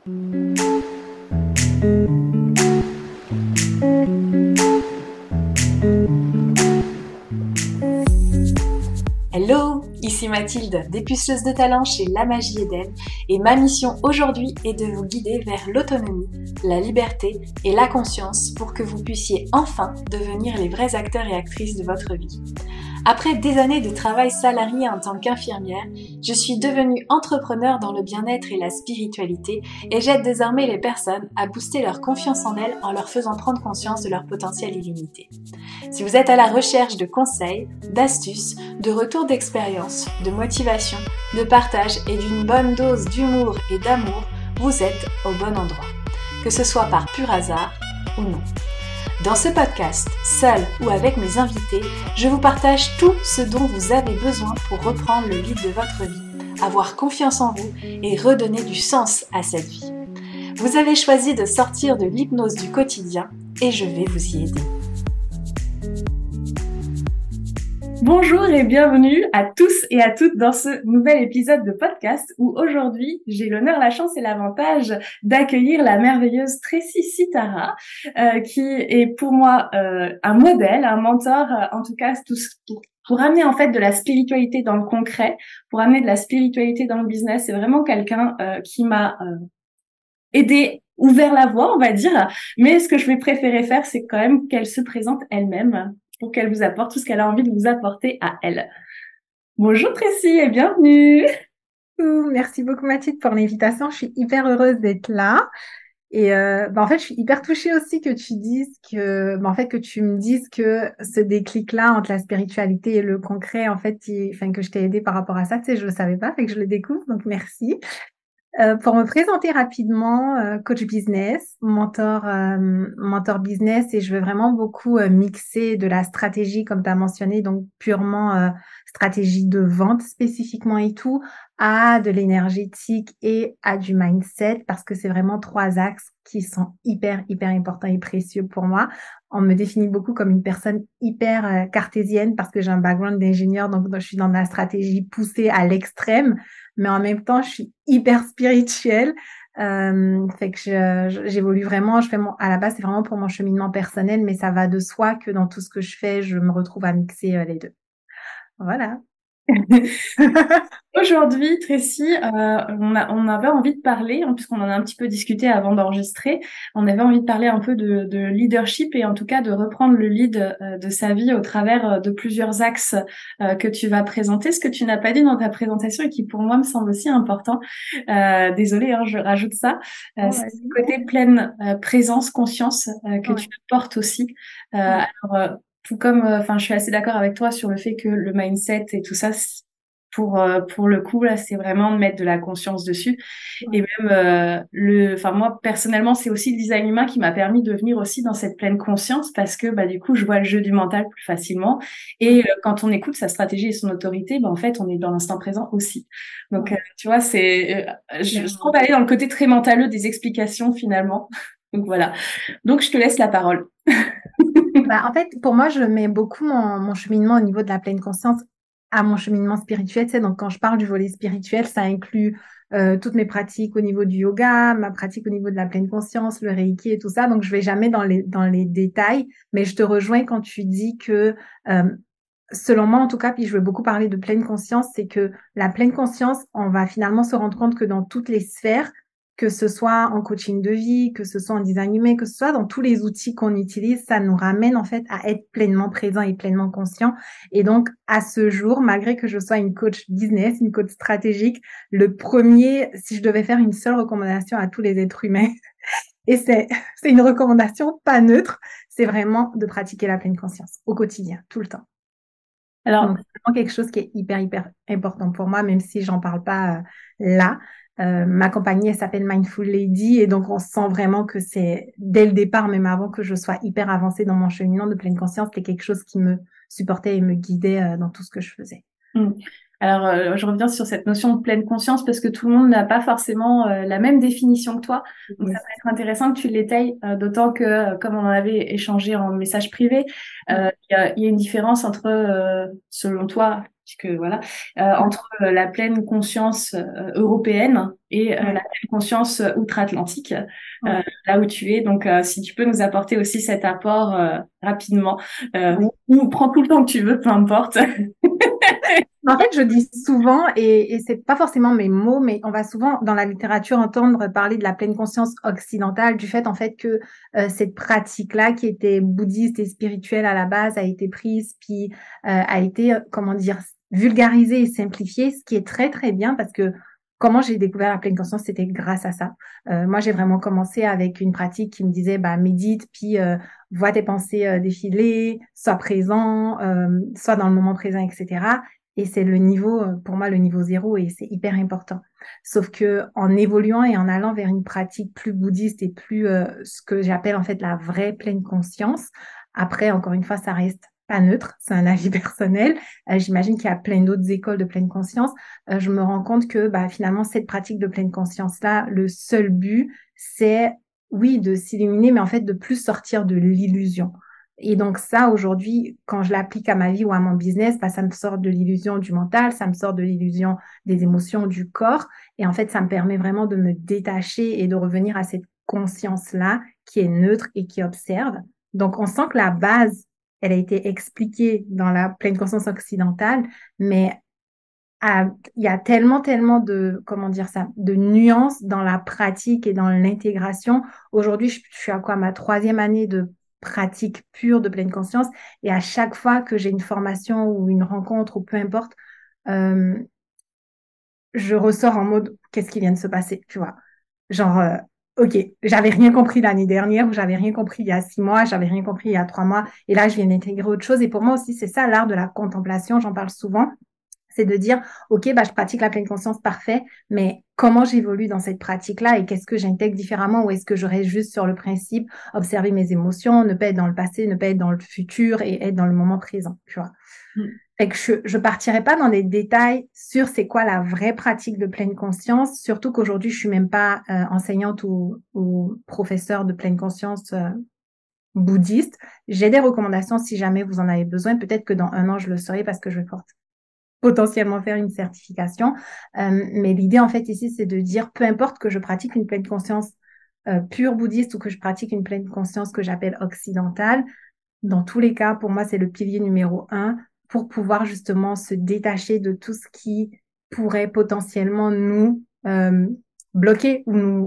Hello, ici Mathilde, dépuceuse de talent chez La Magie Eden, et ma mission aujourd'hui est de vous guider vers l'autonomie, la liberté et la conscience pour que vous puissiez enfin devenir les vrais acteurs et actrices de votre vie. Après des années de travail salarié en tant qu'infirmière, je suis devenue entrepreneur dans le bien-être et la spiritualité et j'aide désormais les personnes à booster leur confiance en elles en leur faisant prendre conscience de leur potentiel illimité. Si vous êtes à la recherche de conseils, d'astuces, de retours d'expérience, de motivation, de partage et d'une bonne dose d'humour et d'amour, vous êtes au bon endroit, que ce soit par pur hasard ou non. Dans ce podcast, seul ou avec mes invités, je vous partage tout ce dont vous avez besoin pour reprendre le lead de votre vie, avoir confiance en vous et redonner du sens à cette vie. Vous avez choisi de sortir de l'hypnose du quotidien et je vais vous y aider. Bonjour et bienvenue à tous et à toutes dans ce nouvel épisode de podcast où aujourd'hui j'ai l'honneur, la chance et l'avantage d'accueillir la merveilleuse Tracy Sitara qui est pour moi un modèle, un mentor, en tout cas pour amener en fait de la spiritualité dans le concret, pour amener de la spiritualité dans le business. C'est vraiment quelqu'un qui m'a aidé, ouvert la voie, on va dire. Mais ce que je vais préférer faire, c'est quand même qu'elle se présente elle-même pour qu'elle vous apporte tout ce qu'elle a envie de vous apporter à elle. Bonjour Tracy et bienvenue. Merci beaucoup Mathilde pour l'invitation. Je suis hyper heureuse d'être là. Et en fait, je suis hyper touchée aussi que tu dises que tu me dises que ce déclic-là entre la spiritualité et le concret, en fait, que je t'ai aidé par rapport à ça. Tu sais, je le savais pas, fait que je le découvre. Donc merci. Pour me présenter rapidement, coach business, mentor business, et je veux vraiment beaucoup mixer de la stratégie, comme tu as mentionné, donc purement stratégie de vente spécifiquement et tout, à de l'énergétique et à du mindset, parce que c'est vraiment trois axes qui sont hyper, hyper importants et précieux pour moi. On me définit beaucoup comme une personne hyper cartésienne parce que j'ai un background d'ingénieur, donc je suis dans la stratégie poussée à l'extrême, mais en même temps, je suis hyper spirituelle. Fait que j'évolue vraiment. À la base, c'est vraiment pour mon cheminement personnel, mais ça va de soi que dans tout ce que je fais, je me retrouve à mixer les deux. Voilà. Aujourd'hui, Tracy, on avait envie de parler, puisqu'on en a un petit peu discuté avant d'enregistrer, on avait envie de parler un peu de leadership et en tout cas de reprendre le lead de sa vie au travers de plusieurs axes que tu vas présenter. Ce que tu n'as pas dit dans ta présentation et qui pour moi me semble aussi important, désolée, je rajoute ça, c'est ce côté pleine présence, conscience que tu portes aussi. Alors, tout comme, je suis assez d'accord avec toi sur le fait que le mindset et tout ça, pour le coup là, c'est vraiment de mettre de la conscience dessus. Et même moi personnellement, c'est aussi le design humain qui m'a permis de venir aussi dans cette pleine conscience parce que du coup, je vois le jeu du mental plus facilement. Et quand on écoute sa stratégie et son autorité, en fait, on est dans l'instant présent aussi. Donc, tu vois, je trouve aller dans le côté très mentaleux des explications finalement. Donc voilà. Donc je te laisse la parole. En fait, pour moi, je mets beaucoup mon cheminement au niveau de la pleine conscience à mon cheminement spirituel. Tu sais, donc quand je parle du volet spirituel, ça inclut toutes mes pratiques au niveau du yoga, ma pratique au niveau de la pleine conscience, le reiki et tout ça. Donc je vais jamais dans les détails, mais je te rejoins quand tu dis que selon moi en tout cas, puis je veux beaucoup parler de pleine conscience, c'est que la pleine conscience, on va finalement se rendre compte que dans toutes les sphères, que ce soit en coaching de vie, que ce soit en design humain, que ce soit dans tous les outils qu'on utilise, ça nous ramène en fait à être pleinement présent et pleinement conscient. Et donc, à ce jour, malgré que je sois une coach business, une coach stratégique, le premier, si je devais faire une seule recommandation à tous les êtres humains, et c'est une recommandation pas neutre, c'est vraiment de pratiquer la pleine conscience au quotidien, tout le temps. Alors, donc, c'est vraiment quelque chose qui est hyper, hyper important pour moi, même si j'en parle pas là. Ma compagnie, elle s'appelle Mindful Lady et donc on sent vraiment que c'est dès le départ, même avant que je sois hyper avancée dans mon cheminement de pleine conscience, c'était quelque chose qui me supportait et me guidait dans tout ce que je faisais. Alors, je reviens sur cette notion de pleine conscience parce que tout le monde n'a pas forcément la même définition que toi. Donc, ça peut être intéressant que tu l'étayes, d'autant que, comme on en avait échangé en message privé, il y a une différence entre, selon toi, puisque voilà, entre la pleine conscience européenne et la Ouais, pleine conscience outre-Atlantique, ouais, là où tu es. Donc, si tu peux nous apporter aussi cet apport rapidement, ouais. ou prends tout le temps que tu veux, peu importe. En fait, je dis souvent, et c'est pas forcément mes mots, mais on va souvent dans la littérature entendre parler de la pleine conscience occidentale, du fait en fait que cette pratique-là, qui était bouddhiste et spirituelle à la base, a été prise, puis a été, comment dire, vulgarisée et simplifiée, ce qui est très très bien parce que comment j'ai découvert la pleine conscience, c'était grâce à ça. Moi, j'ai vraiment commencé avec une pratique qui me disait, bah, médite, puis vois tes pensées défiler, sois présent, sois dans le moment présent, etc. Et c'est le niveau, pour moi, le niveau zéro, et c'est hyper important. Sauf que en évoluant et en allant vers une pratique plus bouddhiste et plus ce que j'appelle en fait la vraie pleine conscience, après, encore une fois, ça reste pas neutre, c'est un avis personnel. J'imagine qu'il y a plein d'autres écoles de pleine conscience. Je me rends compte que bah, finalement, cette pratique de pleine conscience-là, le seul but, c'est, oui, de s'illuminer, mais en fait, de plus sortir de l'illusion. Et donc ça, aujourd'hui, quand je l'applique à ma vie ou à mon business, bah, ça me sort de l'illusion du mental, ça me sort de l'illusion des émotions, du corps. Et en fait, ça me permet vraiment de me détacher et de revenir à cette conscience-là qui est neutre et qui observe. Donc, on sent que la base, elle a été expliquée dans la pleine conscience occidentale, mais il y a tellement, tellement de, comment dire ça, de nuances dans la pratique et dans l'intégration. Aujourd'hui, je suis à quoi, ma troisième année de pratique pure de pleine conscience. Et à chaque fois que j'ai une formation ou une rencontre ou peu importe, euh, je ressors en mode, qu'est-ce qui vient de se passer, tu vois? Genre, OK, j'avais rien compris l'année dernière ou j'avais rien compris il y a 6 mois, j'avais rien compris il y a 3 mois. Et là, je viens d'intégrer autre chose. Et pour moi aussi, c'est ça l'art de la contemplation. J'en parle souvent, c'est de dire, OK, bah, je pratique la pleine conscience, parfait, mais comment j'évolue dans cette pratique-là et qu'est-ce que j'intègre différemment, ou est-ce que je reste juste sur le principe, observer mes émotions, ne pas être dans le passé, ne pas être dans le futur et être dans le moment présent, tu vois. Fait que je partirai pas dans des détails sur c'est quoi la vraie pratique de pleine conscience, surtout qu'aujourd'hui, je suis même pas enseignante ou professeure de pleine conscience bouddhiste. J'ai des recommandations si jamais vous en avez besoin. Peut-être que dans un an, je le serai parce que je vais potentiellement faire une certification. Mais l'idée, en fait, ici, c'est de dire, peu importe que je pratique une pleine conscience pure bouddhiste ou que je pratique une pleine conscience que j'appelle occidentale, dans tous les cas, pour moi, c'est le pilier numéro un pour pouvoir justement se détacher de tout ce qui pourrait potentiellement nous bloquer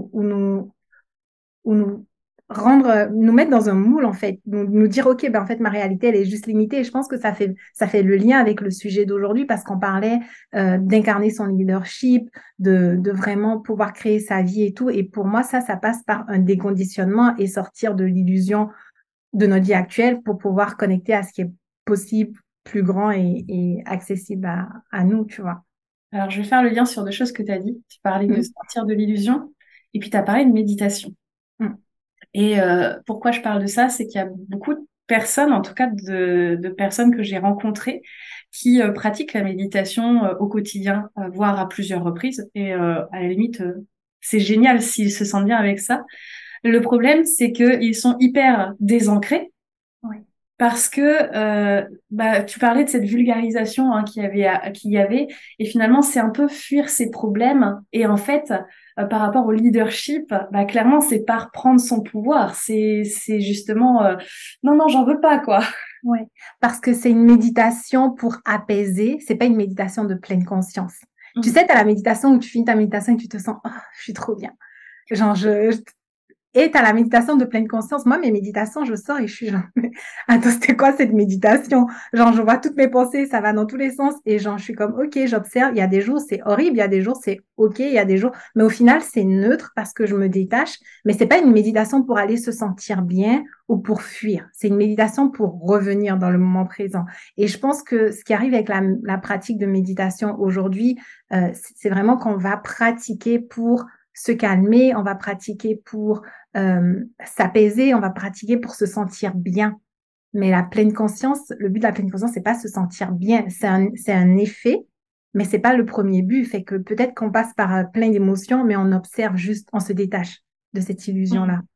ou nous rendre, nous mettre dans un moule, en fait, nous dire, OK, ben, en fait, ma réalité, elle est juste limitée. Et je pense que ça fait le lien avec le sujet d'aujourd'hui parce qu'on parlait d'incarner son leadership, de vraiment pouvoir créer sa vie et tout. Et pour moi, ça passe par un déconditionnement et sortir de l'illusion de notre vie actuelle pour pouvoir connecter à ce qui est possible, plus grand et accessible à nous, tu vois. Alors, je vais faire le lien sur deux choses que tu as dit. Tu parlais de Mm, sortir de l'illusion, et puis tu as parlé de méditation. mm, Et pourquoi je parle de ça, c'est qu'il y a beaucoup de personnes, en tout cas de personnes que j'ai rencontrées, qui pratiquent la méditation au quotidien, voire à plusieurs reprises. Et à la limite, c'est génial s'ils se sentent bien avec ça. Le problème, c'est qu'ils sont hyper désancrés ouais. parce que bah, tu parlais de cette vulgarisation hein, qu'il y avait, et finalement c'est un peu fuir ses problèmes. Et en fait, par rapport au leadership, bah, clairement c'est pas reprendre son pouvoir, c'est justement non non j'en veux pas quoi. Ouais, parce que c'est une méditation pour apaiser, c'est pas une méditation de pleine conscience. Tu sais, tu as la méditation où tu finis ta méditation et tu te sens, oh, je suis trop bien. Genre, et tu as la méditation de pleine conscience. Moi, mes méditations, je sors et je suis genre, mais attends, c'était quoi cette méditation? Genre, je vois toutes mes pensées, ça va dans tous les sens. Et genre, je suis comme, OK, j'observe. Il y a des jours, c'est horrible. Il y a des jours, c'est OK. Il y a des jours, mais au final, c'est neutre parce que je me détache. Mais c'est pas une méditation pour aller se sentir bien ou pour fuir. C'est une méditation pour revenir dans le moment présent. Et je pense que ce qui arrive avec la pratique de méditation aujourd'hui, c'est vraiment qu'on va pratiquer pour se calmer, on va pratiquer pour s'apaiser, on va pratiquer pour se sentir bien. Mais la pleine conscience, le but de la pleine conscience, c'est pas se sentir bien, c'est un effet, mais c'est pas le premier but. Fait que peut-être qu'on passe par plein d'émotions, mais on observe juste, on se détache de cette illusion-là.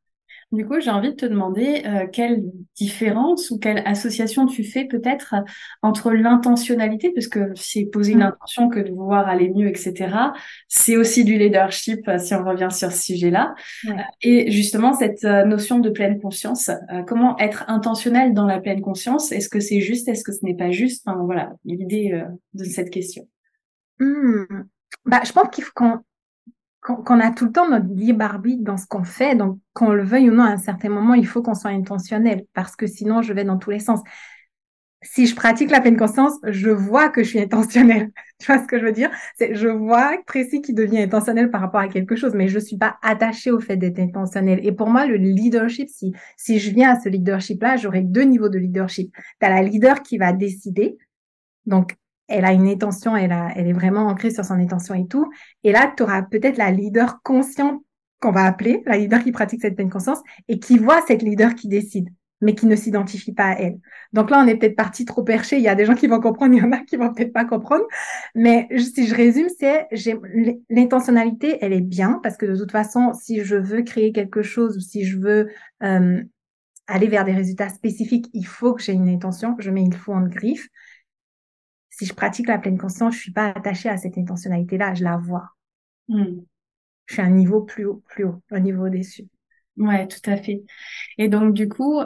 Du coup, j'ai envie de te demander quelle différence ou quelle association tu fais peut-être entre l'intentionnalité, parce que c'est poser une Mm. intention que de vouloir aller mieux, etc. C'est aussi du leadership si on revient sur ce sujet-là. Ouais. Et justement, cette notion de pleine conscience, comment être intentionnel dans la pleine conscience? Est-ce que c'est juste? Est-ce que ce n'est pas juste? Enfin, voilà, l'idée de cette question. Mm. Bah, je pense qu'il faut qu'on a tout le temps notre libre arbitre dans ce qu'on fait. Donc, qu'on le veuille ou non, à un certain moment, il faut qu'on soit intentionnel parce que sinon, je vais dans tous les sens. Si je pratique la pleine conscience, je vois que je suis intentionnelle. Tu vois ce que je veux dire? C'est, je vois Tracy qui devient intentionnelle par rapport à quelque chose, mais je suis pas attachée au fait d'être intentionnelle. Et pour moi, le leadership, si je viens à ce leadership-là, j'aurai deux niveaux de leadership. Tu as la leader qui va décider. Donc, elle a une intention, elle est vraiment ancrée sur son intention et tout. Et là, tu auras peut-être la leader consciente qu'on va appeler, la leader qui pratique cette pleine conscience et qui voit cette leader qui décide, mais qui ne s'identifie pas à elle. Donc là, on est peut-être parti trop perché. Il y a des gens qui vont comprendre, il y en a qui vont peut-être pas comprendre. Mais si je résume, l'intentionnalité, elle est bien parce que de toute façon, si je veux créer quelque chose ou si je veux euh, aller vers des résultats spécifiques, il faut que j'ai une intention. Je mets il faut en griffe. Si je pratique la pleine conscience, je suis pas attachée à cette intentionnalité-là, je la vois. Hmm. Je suis à un niveau plus haut, un niveau au-dessus. Ouais, tout à fait. Et donc, du coup,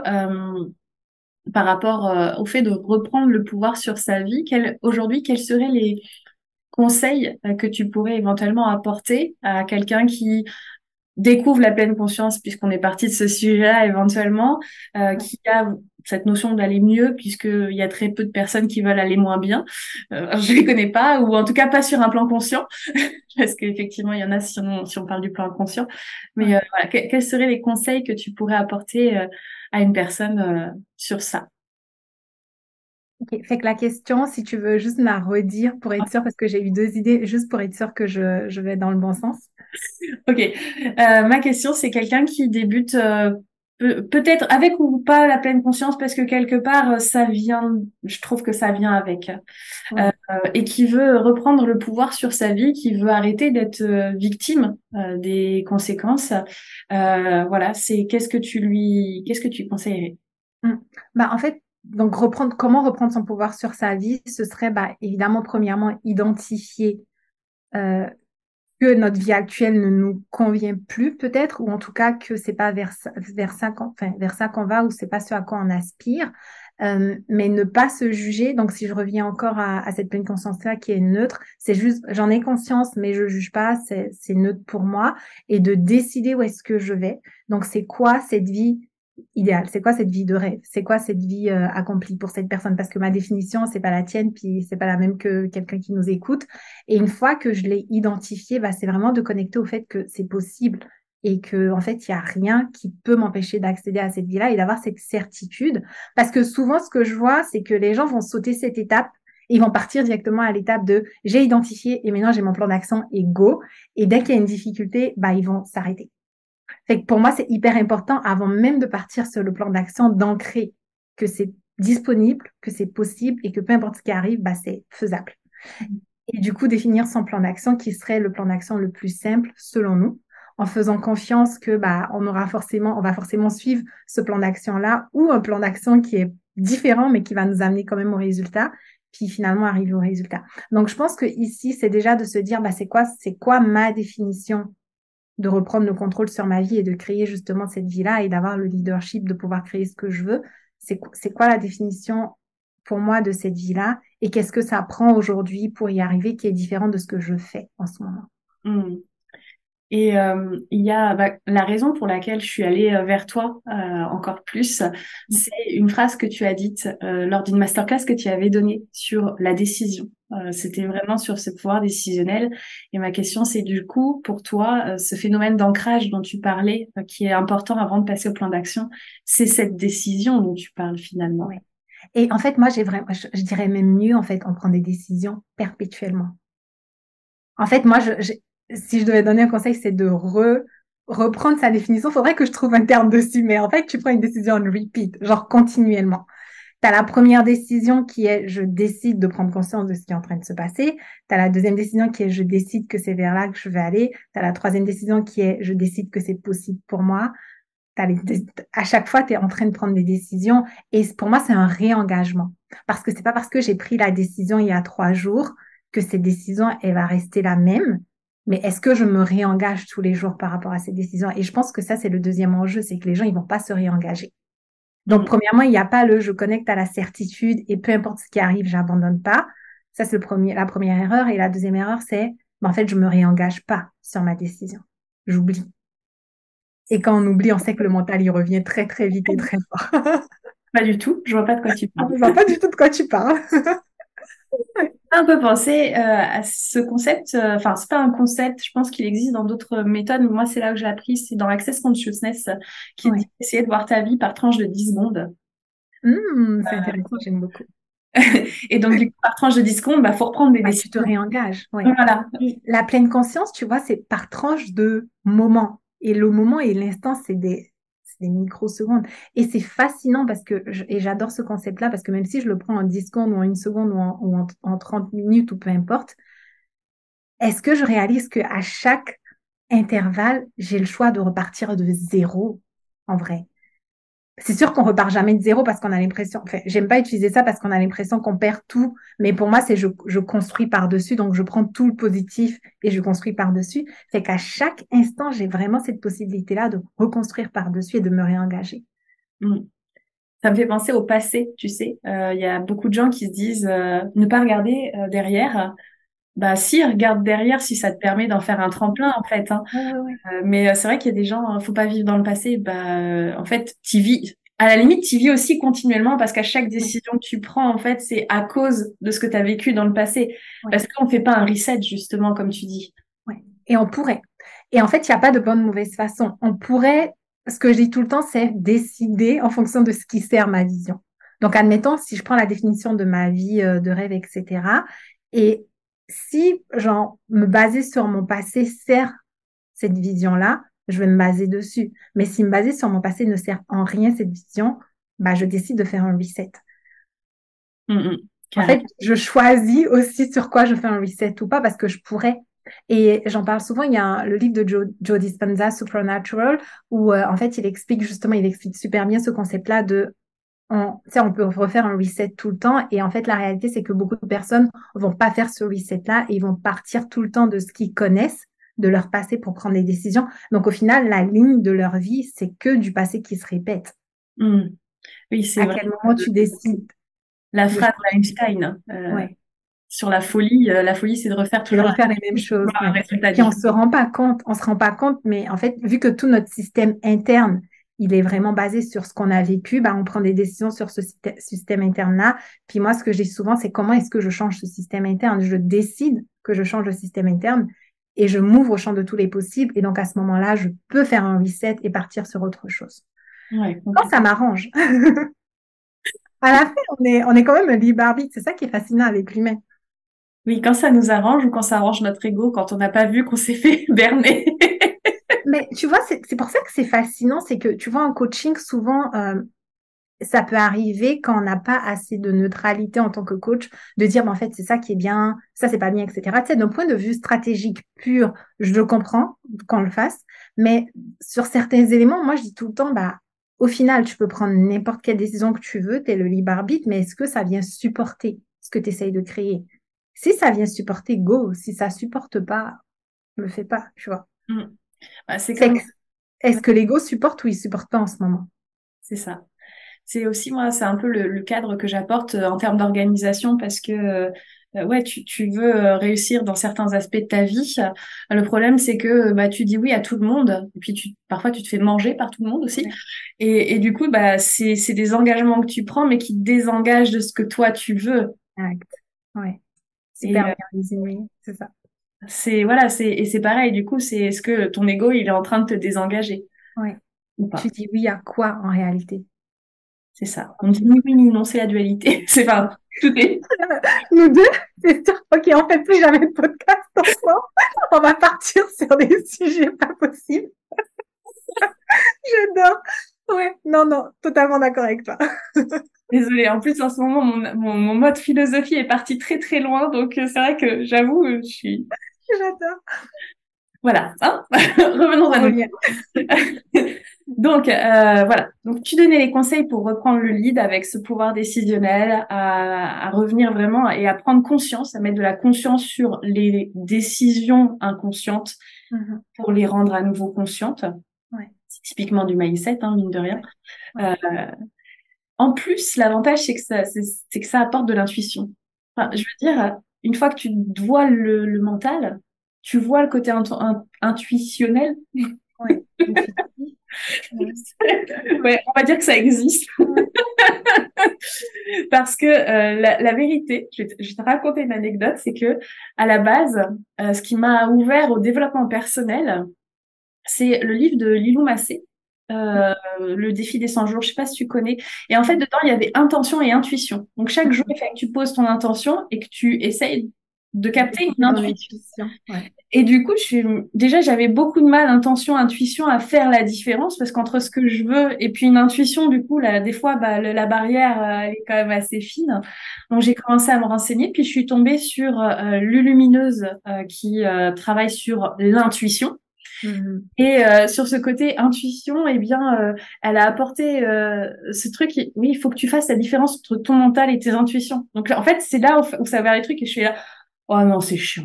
par rapport au fait de reprendre le pouvoir sur sa vie, aujourd'hui, quels seraient les conseils que tu pourrais éventuellement apporter à quelqu'un qui découvre la pleine conscience, puisqu'on est parti de ce sujet-là éventuellement, qui a cette notion d'aller mieux, puisqu'il y a très peu de personnes qui veulent aller moins bien. Je les connais pas, ou en tout cas pas sur un plan conscient, parce qu'effectivement, il y en a si on parle du plan inconscient. Mais Ouais. voilà, quels seraient les conseils que tu pourrais apporter à une personne sur ça? Ok. Fait que la question, si tu veux juste me la redire pour être sûre, parce que j'ai eu deux idées, juste pour être sûre que je vais dans le bon sens. Ok. Ma question, c'est quelqu'un qui débute peut-être avec ou pas la pleine conscience, parce que quelque part, ça vient, je trouve que ça vient avec, Ouais. et qui veut reprendre le pouvoir sur sa vie, qui veut arrêter d'être victime des conséquences. Voilà, c'est qu'est-ce que tu conseillerais? Mm. Bah, en fait, donc comment reprendre son pouvoir sur sa vie, ce serait bah, évidemment, premièrement, identifier euh, que notre vie actuelle ne nous convient plus peut-être, ou en tout cas que c'est pas vers ça qu'on va, ou c'est pas ce à quoi on aspire, mais ne pas se juger. Donc si je reviens encore à cette pleine conscience-là qui est neutre, c'est juste j'en ai conscience, mais je juge pas, c'est neutre pour moi, et de décider où est-ce que je vais. Donc c'est quoi cette vie idéale, c'est quoi cette vie de rêve, c'est quoi cette vie accomplie pour cette personne, parce que ma définition c'est pas la tienne, puis c'est pas la même que quelqu'un qui nous écoute. Et une fois que je l'ai identifié, bah, c'est vraiment de connecter au fait que c'est possible et que en fait, il y a rien qui peut m'empêcher d'accéder à cette vie-là et d'avoir cette certitude. Parce que souvent, ce que je vois, c'est que les gens vont sauter cette étape et ils vont partir directement à l'étape de j'ai identifié et maintenant j'ai mon plan d'action et go. Et dès qu'il y a une difficulté, bah, ils vont s'arrêter. Fait que pour moi, c'est hyper important avant même de partir sur le plan d'action d'ancrer que c'est disponible, que c'est possible et que peu importe ce qui arrive, bah, c'est faisable. Et du coup, définir son plan d'action qui serait le plan d'action le plus simple selon nous, en faisant confiance que bah on va forcément suivre ce plan d'action-là ou un plan d'action qui est différent mais qui va nous amener quand même au résultat, puis finalement arriver au résultat. Donc je pense que ici, c'est déjà de se dire bah c'est quoi ma définition de reprendre le contrôle sur ma vie et de créer justement cette vie-là et d'avoir le leadership de pouvoir créer ce que je veux. C'est quoi la définition pour moi de cette vie-là et qu'est-ce que ça prend aujourd'hui pour y arriver qui est différent de ce que je fais en ce moment. Hmm. Et il y a la raison pour laquelle je suis allée vers toi encore plus, c'est une phrase que tu as dite lors d'une masterclass que tu avais donnée sur la décision. C'était vraiment sur ce pouvoir décisionnel. Et ma question, c'est du coup, pour toi, ce phénomène d'ancrage dont tu parlais, qui est important avant de passer au plan d'action, c'est cette décision dont tu parles finalement. Ouais. Et en fait, moi, j'ai vraiment, je dirais même mieux, en fait, on prend des décisions perpétuellement. En fait, moi, si je devais donner un conseil, c'est de reprendre sa définition. Il faudrait que je trouve un terme dessus, mais en fait, tu prends une décision en repeat, genre continuellement. Tu as la première décision qui est je décide de prendre conscience de ce qui est en train de se passer. Tu as la deuxième décision qui est je décide que c'est vers là que je vais aller. Tu as la troisième décision qui est je décide que c'est possible pour moi. à chaque fois, tu es en train de prendre des décisions. Et pour moi, c'est un réengagement. Parce que c'est pas parce que j'ai pris la décision il y a 3 jours que cette décision, elle va rester la même. Mais est-ce que je me réengage tous les jours par rapport à ces décisions? Et je pense que ça, c'est le deuxième enjeu, c'est que les gens, ils vont pas se réengager. Donc, premièrement, il n'y a pas le je connecte à la certitude et peu importe ce qui arrive, j'abandonne pas. Ça, c'est la première erreur. Et la deuxième erreur, c'est, en fait, je me réengage pas sur ma décision. J'oublie. Et quand on oublie, on sait que le mental, il revient très, très vite et très fort. Pas du tout, je vois pas de quoi tu parles. Je vois pas du tout de quoi tu parles. Un peu penser à ce concept, enfin c'est pas un concept, je pense qu'il existe dans d'autres méthodes, mais moi c'est là que j'ai appris, c'est dans Access Consciousness qui dit essayer de voir ta vie par tranche de 10 secondes. C'est intéressant, j'aime beaucoup. Et donc du coup par tranche de 10 secondes, faut reprendre des décisions. Tu te réengages. Ouais. Voilà. Et la pleine conscience, tu vois, c'est par tranche de moment. Et le moment et l'instant, c'est des microsecondes. Et c'est fascinant parce que, et j'adore ce concept-là parce que même si je le prends en 10 secondes ou en 1 seconde ou en 30 minutes ou peu importe, est-ce que je réalise qu'à chaque intervalle, j'ai le choix de repartir de zéro en vrai? C'est sûr qu'on repart jamais de zéro parce qu'on a l'impression, enfin, j'aime pas utiliser ça parce qu'on a l'impression qu'on perd tout, mais pour moi, c'est je construis par-dessus, donc je prends tout le positif et je construis par-dessus. Fait qu'à chaque instant, j'ai vraiment cette possibilité-là de reconstruire par-dessus et de me réengager. Ça me fait penser au passé, tu sais. Il y a beaucoup de gens qui se disent ne pas regarder derrière. Bah si, regarde derrière si ça te permet d'en faire un tremplin en fait. Hein. Ouais. Mais c'est vrai qu'il y a des gens, faut pas vivre dans le passé. En fait, tu vis. À la limite, tu vis aussi continuellement parce qu'à chaque décision que tu prends, en fait, c'est à cause de ce que tu as vécu dans le passé. Parce qu'on fait pas un reset justement, comme tu dis. Ouais. Et on pourrait. Et en fait, il n'y a pas de bonne ou mauvaise façon. On pourrait. Ce que je dis tout le temps, c'est décider en fonction de ce qui sert ma vision. Donc, admettons, si je prends la définition de ma vie de rêve, etc. Et si, genre, me baser sur mon passé sert cette vision-là, je vais me baser dessus. Mais si me baser sur mon passé ne sert en rien cette vision, je décide de faire un reset. En fait, je choisis aussi sur quoi je fais un reset ou pas parce que je pourrais. Et j'en parle souvent, il y a le livre de Joe Dispenza, Supernatural, où en fait, il explique super bien ce concept-là de on peut refaire un reset tout le temps. Et en fait, la réalité, c'est que beaucoup de personnes vont pas faire ce reset-là et ils vont partir tout le temps de ce qu'ils connaissent, de leur passé pour prendre des décisions. Donc, au final, la ligne de leur vie, c'est que du passé qui se répète. Oui, c'est vrai. À quel moment tu décides? La phrase d'Einstein sur la folie, c'est de refaire toujours les mêmes choses. Puis on se rend pas compte, mais en fait, vu que tout notre système interne, il est vraiment basé sur ce qu'on a vécu, on prend des décisions sur ce système interne-là. Puis moi, ce que j'ai souvent, c'est comment est-ce que je change ce système interne? Je décide que je change le système interne et je m'ouvre au champ de tous les possibles. Et donc, à ce moment-là, je peux faire un reset et partir sur autre chose. Quand ça m'arrange. À la fin, on est quand même un libre arbitre. C'est ça qui est fascinant avec l'humain. Oui, quand ça nous arrange ou quand ça arrange notre ego, quand on n'a pas vu qu'on s'est fait berner. Mais tu vois, c'est pour ça que c'est fascinant, c'est que tu vois, en coaching, souvent, ça peut arriver quand on n'a pas assez de neutralité en tant que coach, de dire, en fait, c'est ça qui est bien, ça, c'est pas bien, etc. Tu sais, d'un point de vue stratégique pur, je le comprends qu'on le fasse, mais sur certains éléments, moi, je dis tout le temps, au final, tu peux prendre n'importe quelle décision que tu veux, tu es le libre arbitre, mais est-ce que ça vient supporter ce que tu essayes de créer? Si ça vient supporter, go. Si ça supporte pas, ne le fais pas, tu vois. Est-ce que l'ego supporte ou il supporte pas en ce moment? C'est ça. C'est aussi, moi, c'est un peu le cadre que j'apporte en termes d'organisation parce que, tu veux réussir dans certains aspects de ta vie. Le problème, c'est que tu dis oui à tout le monde et puis parfois tu te fais manger par tout le monde aussi. Et du coup, c'est des engagements que tu prends mais qui te désengagent de ce que toi tu veux. Exact. Ouais. Super bien résumé, c'est ça. C'est pareil, du coup, c'est est-ce que ton ego, il est en train de te désengager? Ouais. Tu dis oui à quoi en réalité? C'est ça. On dit ni oui ni non, c'est la dualité. C'est pas tout est. Nous deux, c'est sûr. Ok, on fait plus jamais de podcast ensemble. On va partir sur des sujets pas possibles. J'adore. Ouais, non, totalement d'accord avec toi. Désolée, en plus en ce moment mon mode philosophie est parti très très loin, donc c'est vrai que j'avoue, J'adore. Voilà, hein. Revenons à nous. Donc, voilà. Donc, tu donnais les conseils pour reprendre le lead avec ce pouvoir décisionnel, à revenir vraiment et à prendre conscience, à mettre de la conscience sur les décisions inconscientes Mhm. pour les rendre à nouveau conscientes. Ouais. C'est typiquement du mindset, hein, mine de rien. Ouais. Euh, En plus, l'avantage, c'est que ça apporte de l'intuition. Enfin, je Mhm. veux dire, une fois que tu vois le mental, tu vois le côté intuitionnel. Ouais. Intuitif. Ouais. Ouais, on va dire que ça existe. Ouais. Parce que la vérité, je vais te raconter une anecdote, c'est que à la base, ce qui m'a ouvert au développement personnel, c'est le livre de Lilou Massé, Le défi des 100 jours. Je sais pas si tu connais. Et en fait, dedans, il y avait intention et intuition. Donc chaque jour, Mhm. il fait que tu poses ton intention et que tu essayes de capter une D'écouter ton intuition. intuition. Ouais. Et du coup, déjà, j'avais beaucoup de mal, intention, intuition, à faire la différence parce qu'entre ce que je veux et puis une intuition, du coup, là, des fois, bah, la barrière, elle est quand même assez fine. Donc, j'ai commencé à me renseigner, puis je suis tombée sur Lulumineuse qui travaille sur l'intuition. Mhm. Et sur ce côté intuition, eh bien, elle a apporté ce truc. Oui, il faut que tu fasses la différence entre ton mental et tes intuitions. Donc, en fait, c'est là où ça va les trucs et je suis là. Oh non, c'est chiant.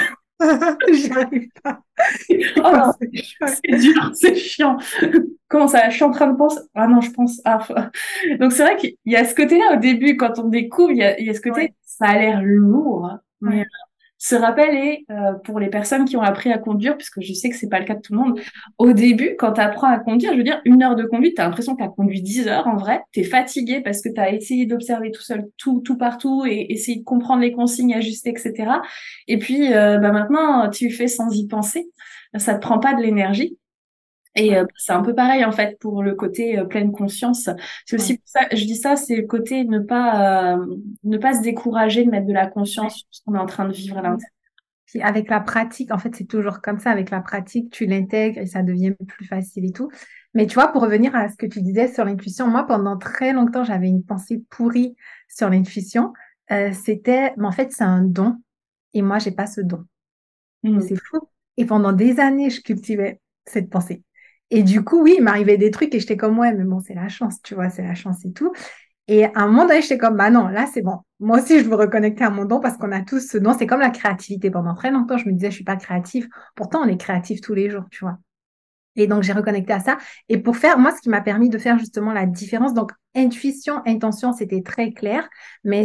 J'y arrive pas. Oh non, Parce que- Ouais. c'est dur, c'est chiant. Comment ça, je suis en train de penser. Ah non, je pense. Ah. Donc c'est vrai qu'il y a ce côté-là au début, quand on découvre, il y a ce côté, Ouais. ça a l'air lourd, hein. Mais Ouais. ce rappel est pour les personnes qui ont appris à conduire, puisque je sais que c'est pas le cas de tout le monde. Au début, quand tu apprends à conduire, je veux dire, 1 heure de conduite, t'as l'impression que t'as conduit 10 heures en vrai. T'es fatigué parce que t'as essayé d'observer tout seul, tout partout, et essayer de comprendre les consignes, ajuster, etc. Et puis, bah maintenant, tu fais sans y penser. Ça te prend pas de l'énergie. Et Ouais. c'est un peu pareil en fait pour le côté pleine conscience. C'est Ouais. aussi pour ça, je dis ça, c'est le côté ne pas se décourager de mettre de la conscience Ouais. sur ce qu'on est en train de vivre à l'intérieur. Puis avec la pratique, en fait, c'est toujours comme ça. Avec la pratique, tu l'intègres et ça devient plus facile et tout. Mais tu vois, pour revenir à ce que tu disais sur l'intuition, moi, pendant très longtemps, j'avais une pensée pourrie sur l'intuition. Mais en fait, c'est un don et moi, j'ai pas ce don. Et Mhm. c'est fou. Et pendant des années, je cultivais cette pensée. Et du coup, oui, il m'arrivait des trucs et j'étais comme, ouais, mais bon, c'est la chance, tu vois, c'est la chance et tout. Et à un moment donné, j'étais comme, bah non, là, c'est bon. Moi aussi, je veux reconnecter à mon don parce qu'on a tous ce don. C'est comme la créativité. Pendant très longtemps, je me disais, je suis pas créative. Pourtant, on est créatif tous les jours, tu vois. Et donc, j'ai reconnecté à ça. Et pour faire, moi, ce qui m'a permis de faire justement la différence, donc, intuition, intention, c'était très clair. Mais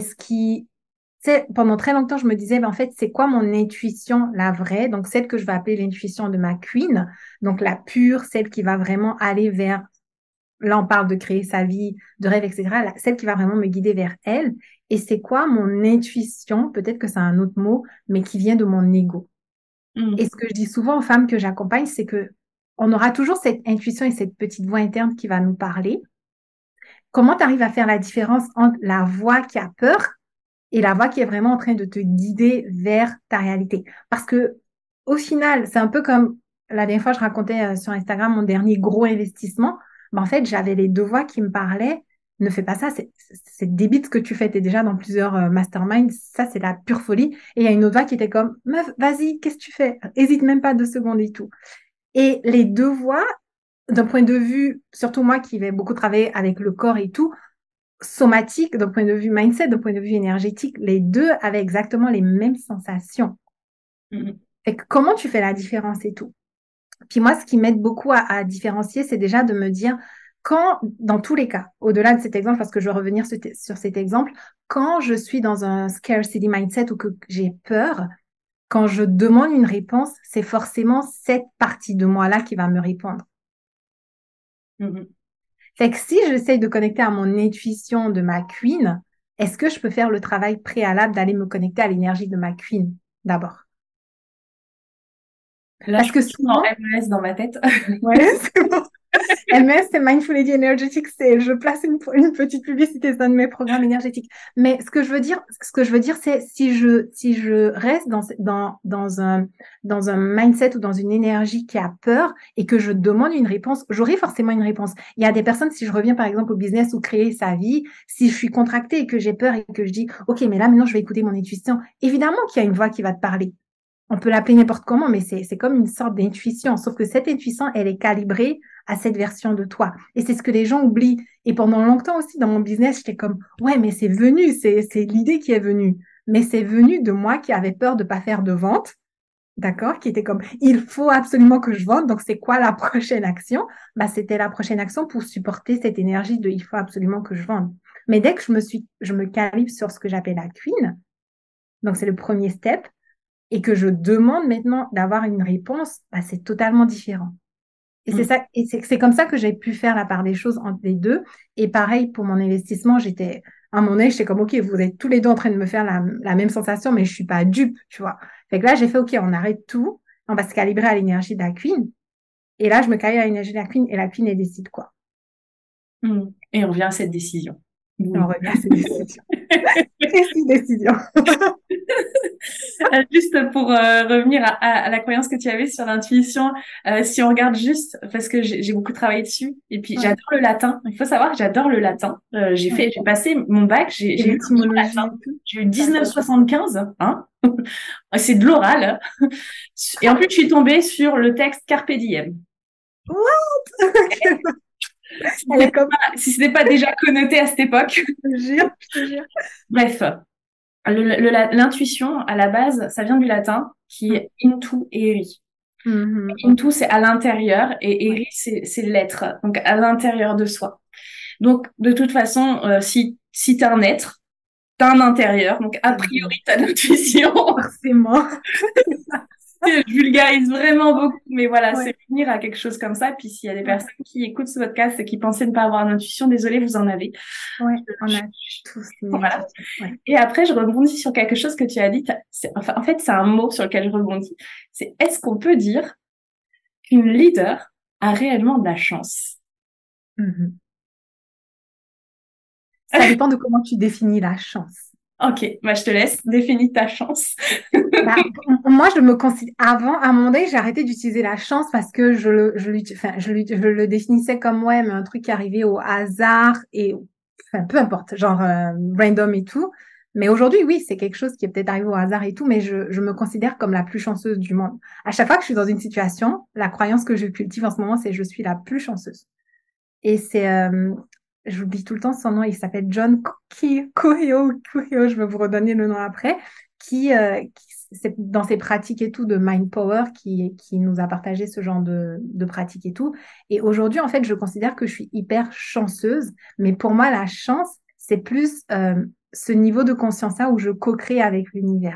tu sais, pendant très longtemps, je me disais, ben, en fait, c'est quoi mon intuition, la vraie? Donc, celle que je vais appeler l'intuition de ma queen. Donc, la pure, celle qui va vraiment aller vers, là, on parle de créer sa vie, de rêve, etc. Celle qui va vraiment me guider vers elle. Et c'est quoi mon intuition? Peut-être que c'est un autre mot, mais qui vient de mon ego. Et Mhm. ce que je dis souvent aux femmes que j'accompagne, c'est que on aura toujours cette intuition et cette petite voix interne qui va nous parler. Comment tu arrives à faire la différence entre la voix qui a peur et la voix qui est vraiment en train de te guider vers ta réalité? Parce que au final, c'est un peu comme la dernière fois, je racontais sur Instagram mon dernier gros investissement. Ben, en fait, j'avais les deux voix qui me parlaient. Ne fais pas ça, c'est débile ce que tu fais. Tu es déjà dans plusieurs masterminds. Ça, c'est la pure folie. Et il y a une autre voix qui était comme, meuf, vas-y, qu'est-ce que tu fais? Hésite même pas 2 secondes et tout. Et les deux voix, d'un point de vue, surtout moi qui vais beaucoup travailler avec le corps et tout, somatique, d'un point de vue mindset, d'un point de vue énergétique, les deux avaient exactement les mêmes sensations. Mhm. Fait que comment tu fais la différence et tout? Puis moi, ce qui m'aide beaucoup à différencier, c'est déjà de me dire, quand, dans tous les cas, au-delà de cet exemple, parce que je vais revenir sur cet exemple, quand je suis dans un scarcity mindset ou que j'ai peur, quand je demande une réponse, c'est forcément cette partie de moi-là qui va me répondre. Mhm. Fait que si j'essaye de connecter à mon intuition de ma queen, est-ce que je peux faire le travail préalable d'aller me connecter à l'énergie de ma queen d'abord? Là, Parce je que suis en souvent, MS dans ma tête. ouais, c'est bon. MS, c'est Mindful Lady Energetic, je place une petite publicité, c'est un de mes programmes énergétiques. Mais ce que je veux dire, c'est si je reste dans un mindset ou dans une énergie qui a peur et que je demande une réponse, j'aurai forcément une réponse. Il y a des personnes, si je reviens par exemple au business ou créer sa vie, si je suis contractée et que j'ai peur et que je dis, OK, mais là maintenant je vais écouter mon intuition, évidemment qu'il y a une voix qui va te parler. on peut l'appeler n'importe comment, mais c'est comme une sorte d'intuition. Sauf que cette intuition, elle est calibrée à cette version de toi. Et c'est ce que les gens oublient. Et pendant longtemps aussi, dans mon business, j'étais comme, ouais, mais c'est venu, c'est l'idée qui est venue. Mais c'est venu de moi qui avait peur de pas faire de vente. D'accord? Qui était comme, il faut absolument que je vende. Donc, c'est quoi la prochaine action? Bah, c'était la prochaine action pour supporter cette énergie de, il faut absolument que je vende. Mais dès que je me calibre sur ce que j'appelle la queen, donc c'est le premier step, et que je demande maintenant d'avoir une réponse, bah, c'est totalement différent. Et c'est Mm. ça, et c'est comme ça que j'ai pu faire la part des choses entre les deux. Et pareil pour mon investissement, à mon âge, j'étais comme, OK, vous êtes tous les deux en train de me faire la même sensation, mais je suis pas dupe, tu vois. Fait que là, j'ai fait, OK, on arrête tout, on va se calibrer à l'énergie de la queen. Et là, je me calibre à l'énergie de la queen, et la queen, elle décide quoi. Mm. Et on revient à cette décision. Et on Oui. revient à cette décision. Précise décision. Juste pour revenir à la croyance que tu avais sur l'intuition, si on regarde juste, parce que j'ai beaucoup travaillé dessus, et puis Ouais, j'adore le latin. Il faut savoir que j'adore le latin. ouais. J'ai passé mon bac, Et j'ai eu un l'étymologie latin. et tout. J'ai eu D'accord. 1975, hein. C'est de l'oral. Et en plus, je suis tombée sur le texte Carpe diem. What? Si Elle est comme, si ce n'est pas déjà connoté à cette époque. je te jure. Bref, l'intuition, à la base, ça vient du latin, qui est into eri. Mhm. Into, c'est à l'intérieur, et Ouais. eri, c'est l'être, donc à l'intérieur de soi. Donc, de toute façon, si t'es un être, t'as un intérieur, donc a priori, t'as de l'intuition. Forcément. Je vulgarise vraiment beaucoup, mais voilà, Ouais, c'est venir à quelque chose comme ça. Puis s'il y a des ouais, personnes qui écoutent ce podcast et qui pensaient ne pas avoir d'intuition, désolé, vous en avez. ouais. On Je- a tous une Voilà. intuition. Ouais. Et après, je rebondis sur quelque chose que tu as dit. Enfin, en fait, c'est un mot sur lequel je rebondis. C'est est-ce qu'on peut dire qu'une leader a réellement de la chance? Mhm. Ça dépend de comment tu définis la chance. Ok, bah je te laisse. Définis ta chance. Bah, moi, je me considère, avant, à un moment donné, j'ai arrêté d'utiliser la chance parce que je le définissais comme, ouais, mais un truc qui arrivait au hasard et, enfin, peu importe, genre, random et tout. Mais aujourd'hui, oui, c'est quelque chose qui est peut-être arrivé au hasard et tout, mais je me considère comme la plus chanceuse du monde. À chaque fois que je suis dans une situation, la croyance que je cultive en ce moment, c'est je suis la plus chanceuse. Et j'oublie tout le temps son nom, il s'appelle John Coheo, je vais vous redonner le nom après, c'est dans ses pratiques et tout de Mind Power, qui nous a partagé ce genre de pratiques et tout. Et aujourd'hui, en fait, je considère que je suis hyper chanceuse, mais pour moi, la chance, c'est plus ce niveau de conscience-là où je co-crée avec l'univers.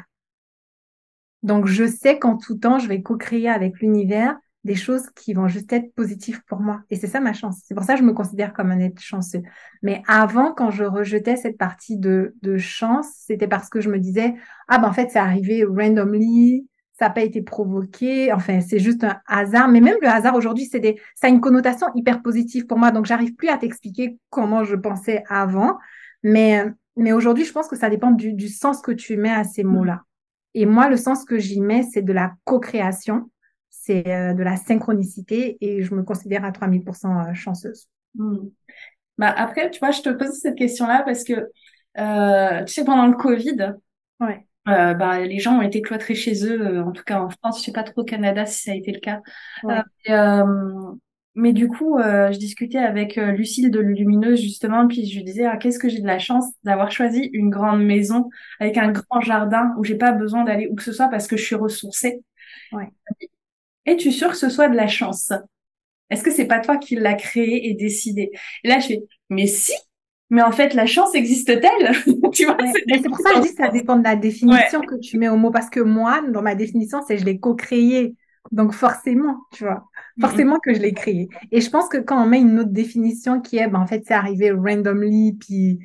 Donc, je sais qu'en tout temps, je vais co-créer avec l'univers des choses qui vont juste être positives pour moi. Et c'est ça ma chance. C'est pour ça que je me considère comme un être chanceux. Mais avant, quand je rejetais cette partie de chance, c'était parce que je me disais, ah ben en fait, c'est arrivé randomly, ça n'a pas été provoqué, enfin, c'est juste un hasard. Mais même le hasard aujourd'hui, ça a une connotation hyper positive pour moi. Donc, j'arrive plus à t'expliquer comment je pensais avant. Mais aujourd'hui, je pense que ça dépend du sens que tu mets à ces mots-là. Et moi, le sens que j'y mets, c'est de la co-création, c'est de la synchronicité et je me considère à 3000% chanceuse. Hmm. Bah après, tu vois, je te pose cette question-là parce que tu sais, pendant le Covid, Ouais, bah, les gens ont été cloîtrés chez eux, en tout cas en France, je sais pas trop au Canada si ça a été le cas. Euh, ouais. et, euh, mais du coup, je discutais avec Lucille de Lumineuse justement, puis je lui disais, ah, qu'est-ce que j'ai de la chance d'avoir choisi une grande maison avec un Ouais, grand jardin où j'ai pas besoin d'aller où que ce soit parce que je suis ressourcée. ouais. Es-tu sûre que ce soit de la chance? Est-ce que c'est pas toi qui l'as créé et décidé? Et là, je fais, mais si, mais en fait, la chance existe-t-elle? Tu vois, Ouais. c'était Mais c'est pour plus ça que dans je ce dis que ça sens. dépend de la Ouais. définition que tu mets au mot. Parce que moi, dans ma définition, c'est je l'ai co-créé. Donc forcément, tu vois, Mm, forcément que je l'ai créé. Et je pense que quand on met une autre définition qui est, ben, en fait, c'est arrivé randomly, puis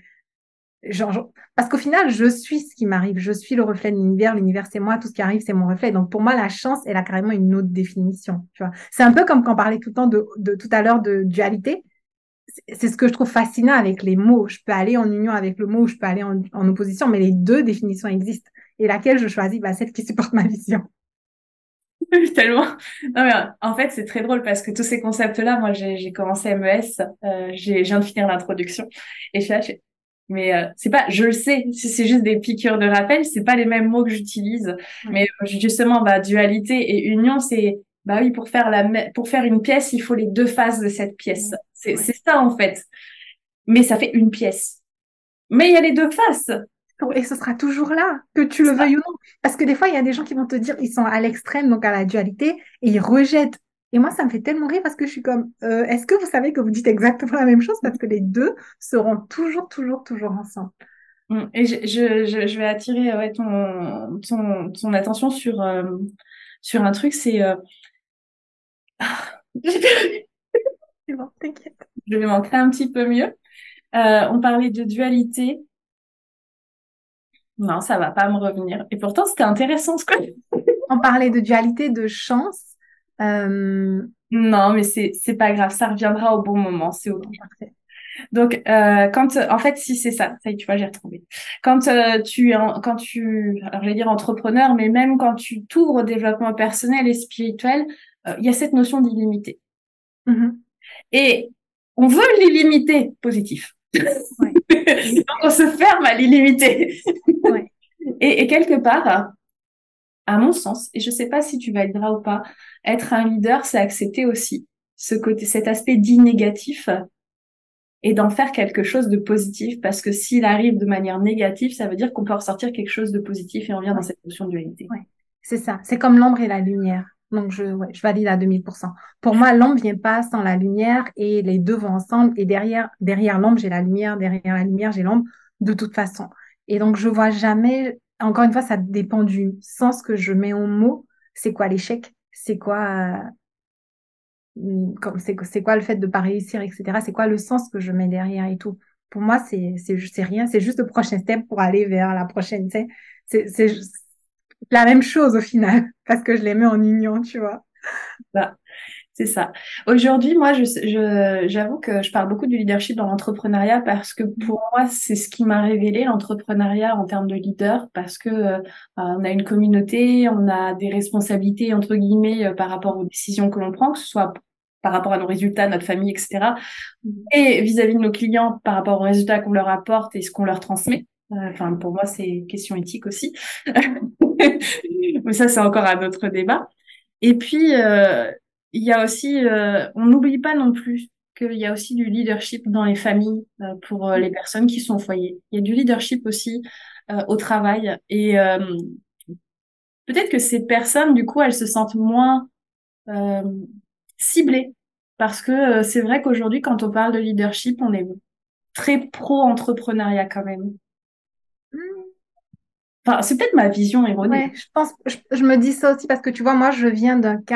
parce qu'au final, je suis ce qui m'arrive. Je suis le reflet de l'univers. L'univers, c'est moi. Tout ce qui arrive, c'est mon reflet. Donc, pour moi, la chance, elle a carrément une autre définition. Tu vois. C'est un peu comme quand on parlait tout le temps de tout à l'heure de dualité. C'est ce que je trouve fascinant avec les mots. Je peux aller en union avec le mot ou je peux aller en opposition, mais les deux définitions existent. Et laquelle je choisis? Bah, celle qui supporte ma vision. tellement. Non, mais en fait, c'est très drôle parce que tous ces concepts-là, moi, j'ai commencé MES, je viens de finir l'introduction, et je suis là, Mais c'est pas, je le sais, c'est juste des piqûres de rappel, c'est pas les mêmes mots que j'utilise. Ouais. Mais justement, bah, dualité et union, c'est, bah oui, pour faire une pièce, il faut les deux faces de cette pièce. Ouais. C'est ça, en fait. Mais ça fait une pièce. Mais il y a les deux faces. Et ce sera toujours là, que tu le veuilles ou non. Parce que des fois, il y a des gens qui vont te dire, ils sont à l'extrême, donc à la dualité, et ils rejettent. Et moi, ça me fait tellement rire parce que je suis comme, est-ce que vous savez que vous dites exactement la même chose? Parce que les deux seront toujours, toujours, toujours ensemble. Et je vais attirer ouais, ton attention sur un truc, c'est... C'est bon, t'inquiète. je vais m'en créer un petit peu mieux. On parlait de dualité. Non, ça va pas me revenir. Et pourtant, c'était intéressant ce que... On parlait de dualité, de chance. Euh, Non, mais c'est pas grave, ça reviendra au bon moment, c'est ok. bon, parfait. Donc, en fait, si c'est ça, ça y est, tu vois, j'ai retrouvé. Quand alors j'allais dire entrepreneur, mais même quand tu t'ouvres au développement personnel et spirituel, il y a cette notion d'illimité. Mhm. Et on veut l'illimité positif. Ouais. Donc, on se ferme à l'illimité. Ouais. Et quelque part, à mon sens, et je sais pas si tu valideras ou pas, être un leader, c'est accepter aussi cet aspect dit négatif et d'en faire quelque chose de positif, parce que s'il arrive de manière négative, ça veut dire qu'on peut ressortir quelque chose de positif et on vient dans Ouais. cette notion de dualité. Ouais. C'est ça. C'est comme l'ombre et la lumière. Donc, ouais, je valide à 2000%. Pour moi, l'ombre vient pas sans la lumière et les deux vont ensemble. Et derrière l'ombre, j'ai la lumière. Derrière la lumière, j'ai l'ombre de toute façon. Et donc, je vois jamais, encore une fois, ça dépend du sens que je mets au mot. C'est quoi l'échec? C'est quoi, c'est quoi le fait de pas réussir, etc. C'est quoi le sens que je mets derrière et tout. Pour moi, c'est rien. C'est juste le prochain step pour aller vers la prochaine, tu sais. C'est la même chose au final, parce que je les mets en union, tu vois. Voilà. C'est ça. Aujourd'hui, moi, j'avoue que je parle beaucoup du leadership dans l'entrepreneuriat parce que pour moi, c'est ce qui m'a révélé l'entrepreneuriat en termes de leader parce que on a une communauté, on a des responsabilités entre guillemets par rapport aux décisions que l'on prend, que ce soit par rapport à nos résultats, notre famille, etc. Et vis-à-vis de nos clients par rapport aux résultats qu'on leur apporte et ce qu'on leur transmet. Enfin, pour moi, c'est une question éthique aussi. Mais ça, c'est encore un autre débat. Et puis, il y a aussi, on n'oublie pas non plus qu'il y a aussi du leadership dans les familles pour les personnes qui sont au foyer. Il y a du leadership aussi au travail. Et peut-être que ces personnes, du coup, elles se sentent moins euh, ciblées. Parce que c'est vrai qu'aujourd'hui, quand on parle de leadership, on est très pro-entrepreneuriat quand même. Hmm. Enfin, c'est peut-être ma vision erronée. Ouais, je pense, je me dis ça aussi parce que tu vois, moi, je viens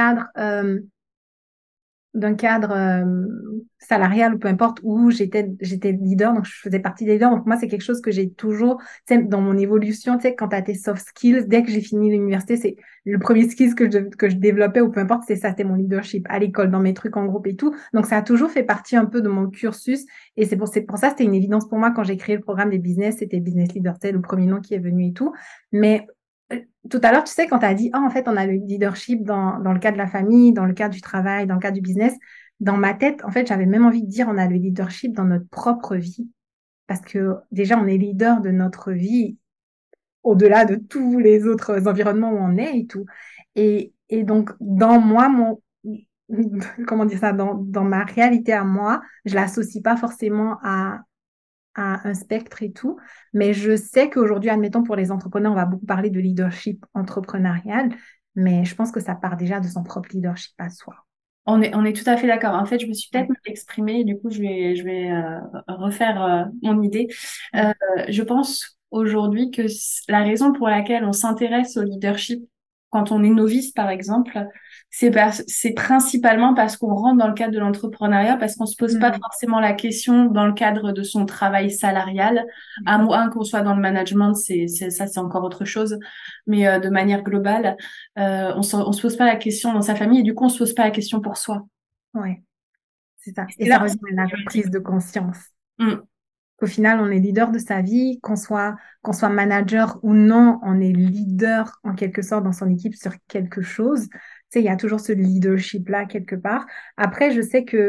d'un cadre salarial ou peu importe où j'étais leader, donc je faisais partie des leaders. Donc moi, c'est quelque chose que j'ai toujours, tu sais, dans mon évolution, tu sais, quand tu as tes soft skills, dès que j'ai fini l'université, c'est le premier skill que je développais ou peu importe, c'est ça, c'était mon leadership à l'école, dans mes trucs en groupe et tout. Donc ça a toujours fait partie un peu de mon cursus et c'est pour ça, c'était une évidence pour moi quand j'ai créé le programme des business, c'était Business Leader, c'était le premier nom qui est venu et tout. Mais tout à l'heure, tu sais, quand tu as dit, en fait, on a le leadership dans le cadre de la famille, dans le cadre du travail, dans le cadre du business, dans ma tête, en fait, j'avais même envie de dire, on a le leadership dans notre propre vie. Parce que déjà, on est leader de notre vie au-delà de tous les autres environnements où on est et tout. Et donc, dans moi, comment dire ça, dans ma réalité à moi, je l'associe pas forcément à un spectre et tout. Mais je sais qu'aujourd'hui, admettons, pour les entrepreneurs, on va beaucoup parler de leadership entrepreneurial, mais je pense que ça part déjà de son propre leadership à soi. On est tout à fait d'accord. En fait, je me suis peut-être Ouais, mal exprimée, du coup, je vais refaire mon idée. ouais. Euh, je pense aujourd'hui que la raison pour laquelle on s'intéresse au leadership quand on est novice, par exemple, c'est principalement parce qu'on rentre dans le cadre de l'entrepreneuriat, parce qu'on se pose pas Mhm. forcément la question dans le cadre de son travail salarial, à moins qu'on soit dans le management, ça, c'est encore autre chose. Mais de manière globale, on se pose pas la question dans sa famille et du coup, on se pose pas la question pour soi. Ouais, c'est ça. Et C'est ça là où revient c'est à la problématique. prise de conscience. Mm. Qu'au final, on est leader de sa vie, qu'on soit manager ou non, on est leader en quelque sorte dans son équipe sur quelque chose. Tu sais, il y a toujours ce leadership-là quelque part. Après, je sais que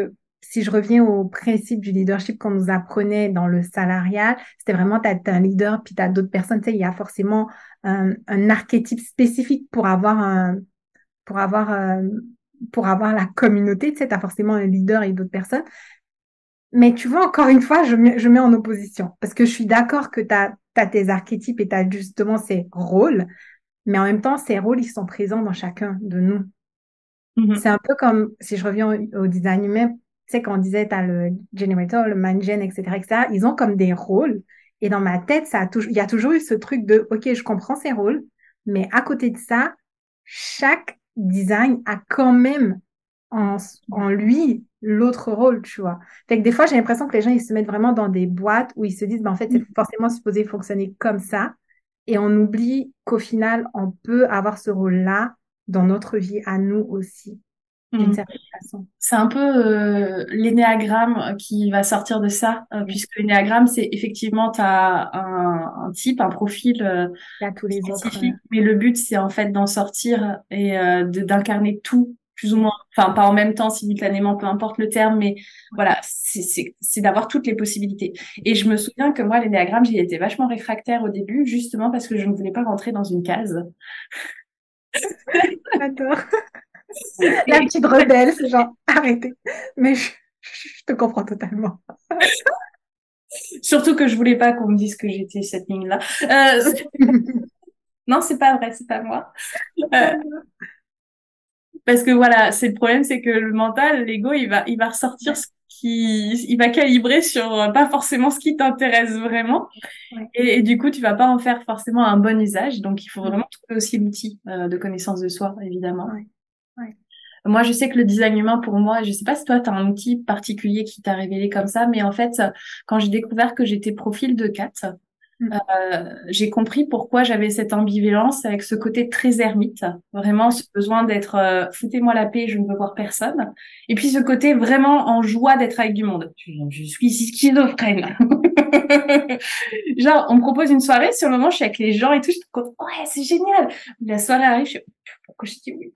si je reviens au principe du leadership qu'on nous apprenait dans le salarial, c'était vraiment, t'as un leader, puis t'as d'autres personnes, tu sais, il y a forcément un archétype spécifique pour avoir, euh, pour avoir la communauté, tu sais, t'as forcément un leader et d'autres personnes. Mais tu vois, encore une fois, je mets en opposition, parce que je suis d'accord que t'as tes archétypes et t'as justement ces rôles, mais en même temps, ces rôles, ils sont présents dans chacun de nous. C'est un peu comme, si je reviens au design humain, tu sais, quand on disait, t'as le generator, le man gen, etc., etc., ils ont comme des rôles. Et dans ma tête, il y a toujours eu ce truc de, OK, je comprends ces rôles, mais à côté de ça, chaque design a quand même en lui l'autre rôle, tu vois. Fait que des fois, j'ai l'impression que les gens, ils se mettent vraiment dans des boîtes où ils se disent, ben, en fait, c'est forcément supposé fonctionner comme ça. Et on oublie qu'au final, on peut avoir ce rôle-là dans notre vie à nous aussi, d'une Mhm. certaine façon. C'est un peu l'énéagramme qui va sortir de ça, Oui. puisque l'énéagramme, c'est effectivement, tu as un type, un profil Il y a tous les autres. spécifique, mais le but, c'est en fait d'en sortir et d'incarner tout, plus ou Oui. moins, enfin, pas en même temps, simultanément, peu importe le terme, mais voilà, c'est d'avoir toutes les possibilités. Et je me souviens que moi, l'énéagramme, j'y étais vachement réfractaire au début, justement parce que je ne voulais pas rentrer dans une case. J'adore. La petite rebelle, c'est genre, arrêtez. Mais je te comprends totalement. Surtout que je voulais pas qu'on me dise que j'étais cette ligne-là. Non, c'est pas vrai, c'est pas moi. Euh, parce que voilà, c'est le problème, c'est que le mental, l'ego, il va ressortir Ouais, ce il va calibrer sur pas forcément ce qui t'intéresse vraiment. ouais. Et du coup, tu vas pas en faire forcément un bon usage. Donc, il faut Mm. vraiment trouver aussi l'outil de connaissance de soi, évidemment. Ouais, ouais. Moi, je sais que le design humain, pour moi, je sais pas si toi, tu as un outil particulier qui t'a révélé comme ça, mais en fait, quand j'ai découvert que j'étais profil de 4, Mm. j'ai compris pourquoi j'avais cette ambivalence avec ce côté très ermite, vraiment Ouais. ce besoin d'être foutez-moi la paix, je ne veux voir personne, et puis ce côté vraiment en joie d'être avec du monde. Je suis schizophrène. Genre, on me propose une soirée, sur le moment, je suis avec les gens et tout, je suis contente, ouais, c'est génial. La soirée arrive, je suis, pourquoi je dis oui?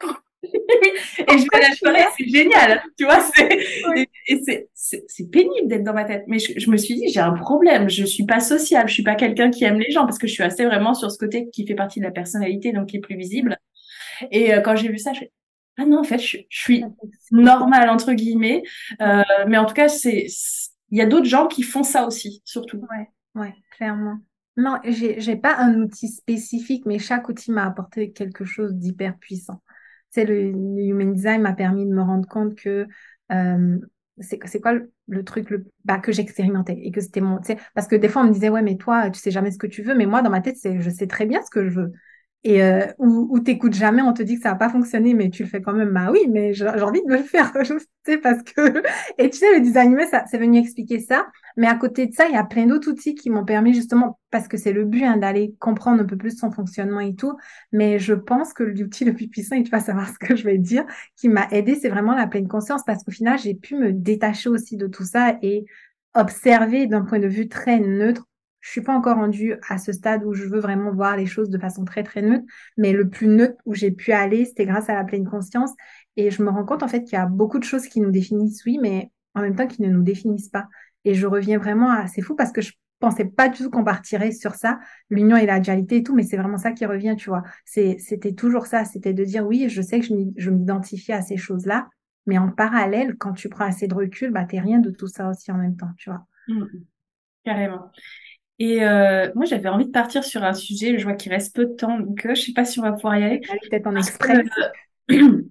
Et je vais à Pourquoi la tu soirée, l'as? c'est génial, tu vois, Oui. et c'est pénible d'être dans ma tête. Mais je me suis dit, j'ai un problème, je suis pas sociable, je suis pas quelqu'un qui aime les gens parce que je suis assez vraiment sur ce côté qui fait partie de la personnalité, donc qui est plus Mm. visible. Et quand j'ai vu ça, je fais, ah non, en fait, je Ça suis t'explique. normale, entre guillemets. Ouais, Mais en tout cas, il y a d'autres gens qui font ça aussi, surtout. ouais, ouais, clairement. Non, j'ai pas un outil spécifique, mais chaque outil m'a apporté quelque chose d'hyper puissant. C'est le Human Design m'a permis de me rendre compte que euh, c'est quoi le truc bah, que j'expérimentais et que c'était mon, tu sais, parce que des fois on me disait ouais mais toi tu sais jamais ce que tu veux, mais moi dans ma tête c'est je sais très bien ce que je veux. Et ou t'écoutes jamais, on te dit que ça va pas fonctionner, mais tu le fais quand même. Bah oui, mais j'ai envie de le faire, je sais parce que. Et tu sais, le design humain, ça, c'est venu expliquer ça. Mais à côté de ça, il y a plein d'autres outils qui m'ont permis justement, parce que c'est le but, hein, d'aller comprendre un peu plus son fonctionnement et tout. Mais je pense que l'outil le plus puissant, et tu vas savoir ce que je vais dire, qui m'a aidé, c'est vraiment la pleine conscience, parce qu'au final, j'ai pu me détacher aussi de tout ça et observer d'un point de vue très neutre. Je suis pas encore rendue à ce stade où je veux vraiment voir les choses de façon très très neutre, mais le plus neutre où j'ai pu aller, c'était grâce à la pleine conscience. Et je me rends compte en fait qu'il y a beaucoup de choses qui nous définissent, oui, mais en même temps qui ne nous définissent pas. Et je reviens vraiment à, c'est fou parce que je pensais pas du tout qu'on partirait sur ça, l'union et la dualité et tout, mais c'est vraiment ça qui revient, tu vois. C'était toujours ça, c'était de dire oui, je sais que je m'identifie à ces choses-là, mais en parallèle, quand tu prends assez de recul, bah, t'es rien de tout ça aussi en même temps, tu vois. Mm, carrément. Et moi, j'avais envie de partir sur un sujet, je vois qu'il reste peu de temps, donc je sais pas si on va pouvoir y aller. Aller peut-être en Parce express. que,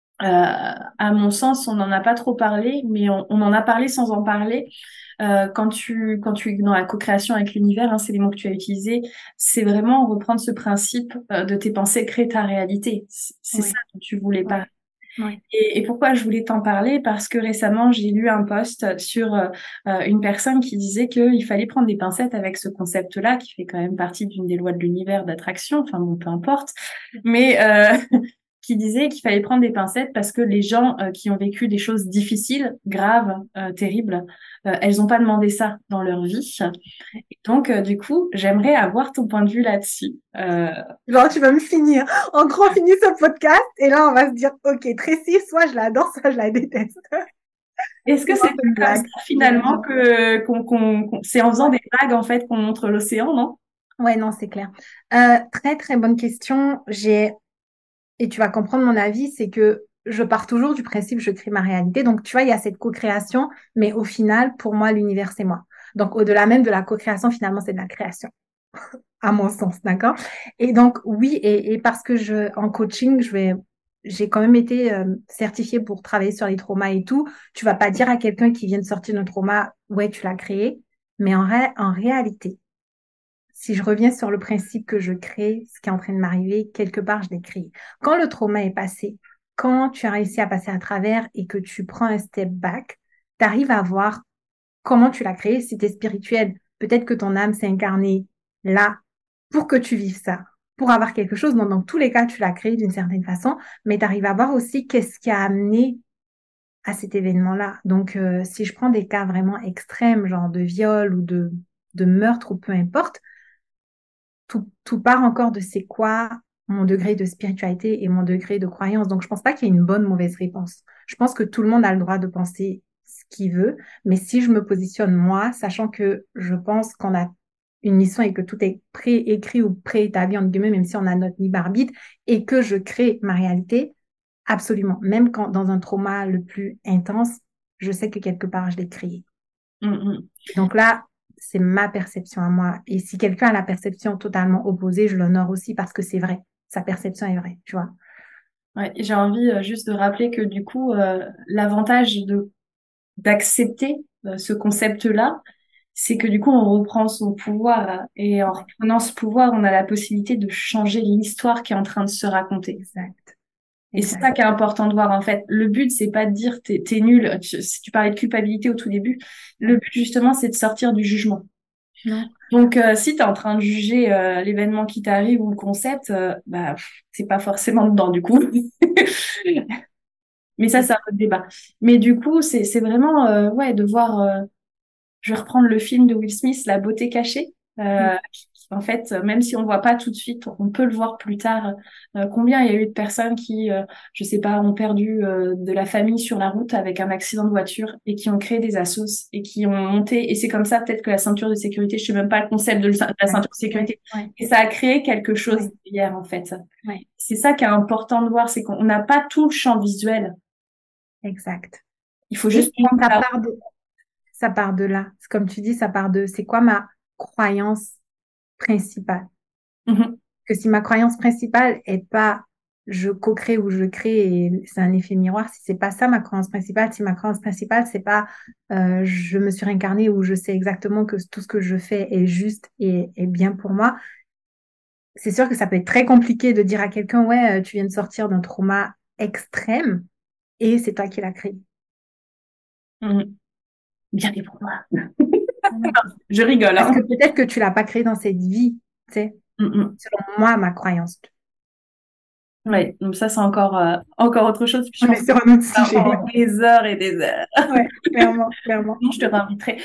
à mon sens, on n'en a pas trop parlé, mais on en a parlé sans en parler. Quand tu es dans la co-création avec l'univers, hein, c'est les mots que tu as utilisés, c'est vraiment reprendre ce principe de tes pensées créer ta réalité. C'est ça Ouais, dont tu voulais ouais, parler. ouais. Et pourquoi je voulais t'en parler? Parce que récemment, j'ai lu un post sur une personne qui disait qu'il fallait prendre des pincettes avec ce concept-là, qui fait quand même partie d'une des lois de l'univers d'attraction, enfin bon, peu importe, mais qui disait qu'il fallait prendre des pincettes parce que les gens qui ont vécu des choses difficiles, graves, terribles, elles n'ont pas demandé ça dans leur vie. Et donc, du coup, j'aimerais avoir ton point de vue là-dessus. Genre, tu vas me finir. En gros, on finit ce podcast et là, on va se dire, OK, Tracy, soit je l'adore, soit je la déteste. Est-ce que Non, c'est c'est une pas comme ça blague. finalement c'est en faisant des vagues en fait qu'on montre l'océan, non? Ouais, non, c'est clair. Très, très bonne question. Et tu vas comprendre mon avis, c'est que je pars toujours du principe je crée ma réalité. Donc, tu vois, il y a cette co-création, mais au final, pour moi, l'univers, c'est moi. Donc, au-delà même de la co-création, finalement, c'est de la création, à mon sens, d'accord? Et donc, oui, et parce que en coaching, j'ai quand même été certifiée pour travailler sur les traumas et tout. Tu vas pas dire à quelqu'un qui vient de sortir d'un trauma, ouais, tu l'as créé, mais en réalité, si je reviens sur le principe que je crée, ce qui est en train de m'arriver, quelque part, je l'ai créé. Quand le trauma est passé, quand tu as réussi à passer à travers et que tu prends un step back, tu arrives à voir comment tu l'as créé. Si tu es spirituel, peut-être que ton âme s'est incarnée là pour que tu vives ça, pour avoir quelque chose. Donc, dans tous les cas, tu l'as créé d'une certaine façon, mais tu arrives à voir aussi qu'est-ce qui a amené à cet événement-là. Donc, si je prends des cas vraiment extrêmes, genre de viol ou de meurtre ou peu importe, tout part encore de c'est quoi mon degré de spiritualité et mon degré de croyance. Donc, je pense pas qu'il y ait une bonne ou mauvaise réponse. Je pense que tout le monde a le droit de penser ce qu'il veut, mais si je me positionne moi, sachant que je pense qu'on a une mission et que tout est préécrit ou préétabli, entre guillemets, même si on a notre libre arbitre, et que je crée ma réalité, absolument. Même quand dans un trauma le plus intense, je sais que quelque part, je l'ai créé. Mm, Donc là, c'est ma perception à moi. Et si quelqu'un a la perception totalement opposée, je l'honore aussi parce que c'est vrai. Sa perception est vraie, tu vois. Ouais, j'ai envie juste de rappeler que du coup, l'avantage de d'accepter ce concept-là, c'est que du coup, on reprend son pouvoir et en Ouais, reprenant ce pouvoir, on a la possibilité de changer l'histoire qui est en train de se raconter. exact, Et c'est ça exact. qui est important de voir en fait. Le but, c'est pas de dire t'es nul. Si tu parlais de culpabilité au tout début, le Ouais. but justement, c'est de sortir du jugement. Non, Donc, si tu es en train de juger l'événement qui t'arrive ou le concept, bah, c'est pas forcément dedans du coup. Mais ça, c'est c'est un autre débat. Mais du coup, c'est vraiment ouais de voir. Je vais reprendre le film de Will Smith, La beauté cachée. mm, En fait, même si on voit pas tout de suite, on peut le voir plus tard. Combien il y a eu de personnes qui, je sais pas, ont perdu de la famille sur la route avec un accident de voiture et qui ont créé des assos et qui ont monté. Et c'est comme ça peut-être que la ceinture de sécurité, je sais même pas le concept de la exact. ceinture de Ouais, sécurité, ouais, et ça a créé quelque chose ouais, hier en fait. ouais, C'est ça qui est important de voir, c'est qu'on n'a pas tout le champ visuel. exact. Il faut Et juste prendre la ça part de là. C'est comme tu dis, ça part de c'est quoi ma croyance principale. route. Que si ma croyance principale est pas je co-crée ou je crée et c'est un effet miroir, si c'est pas ça ma croyance principale, si ma croyance principale c'est pas je me suis réincarnée ou je sais exactement que tout ce que je fais est juste et bien pour moi, c'est sûr que ça peut être très compliqué de dire à quelqu'un ouais tu viens de sortir d'un trauma extrême et c'est toi qui l'as créé. Mhm. Bien fait pour moi. Mhm. Je rigole, Parce hein. que peut-être que tu l'as pas créé dans cette vie, tu sais, Mhm. selon moi ma croyance. Ouais, donc ça c'est encore autre chose. Puis je On pense est que sur un autre ça sujet. prend des heures et des heures. Ouais, clairement, clairement. Non, je te réinviterai.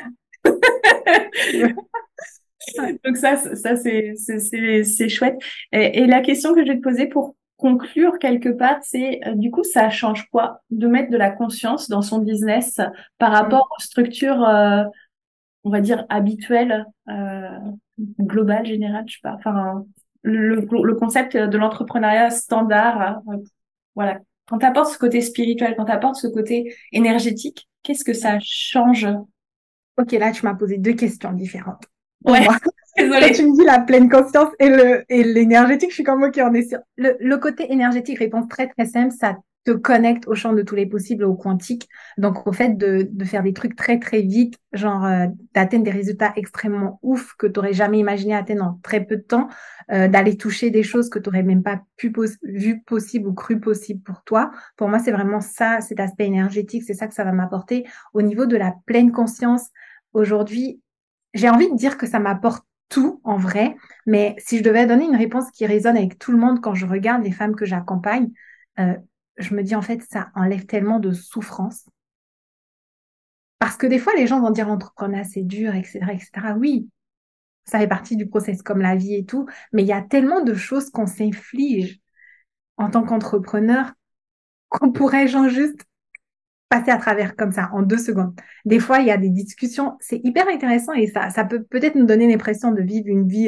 Ouais. Donc ça c'est chouette. Et la question que je vais te poser pour conclure quelque part, c'est du coup ça change quoi de mettre de la conscience dans son business par rapport aux structures, on va dire habituelles, globales, générales, je sais pas. Enfin, le concept de l'entrepreneuriat standard, voilà. Quand tu apportes ce côté spirituel, quand tu apportes ce côté énergétique, qu'est-ce que ça change? Ok, là, tu m'as posé deux questions différentes pour Ouais, moi. Quand tu désolée. me dis la pleine conscience et l'énergétique, je suis comme, ok, on est sur le côté énergétique, réponse très, très simple, ça te connecte au champ de tous les possibles, au quantique. Donc, au fait de faire des trucs très, très vite, genre d'atteindre des résultats extrêmement ouf que tu n'aurais jamais imaginé atteindre en très peu de temps, d'aller toucher des choses que tu n'aurais même pas vu possible ou cru possible pour toi. Pour moi, c'est vraiment ça, cet aspect énergétique, c'est ça que ça va m'apporter. Au niveau de la pleine conscience, aujourd'hui, j'ai envie de dire que ça m'apporte tout en vrai, mais si je devais donner une réponse qui résonne avec tout le monde quand je regarde les femmes que j'accompagne, euh, je me dis en fait ça enlève tellement de souffrance. Parce que des fois les gens vont dire l'entrepreneuriat c'est dur, etc., etc. Oui, ça fait partie du process comme la vie et tout, mais il y a tellement de choses qu'on s'inflige en tant qu'entrepreneur qu'on pourrait genre juste passer à travers comme ça, en 2 secondes. Des fois, il y a des discussions, c'est hyper intéressant et ça peut peut-être nous donner l'impression de vivre une vie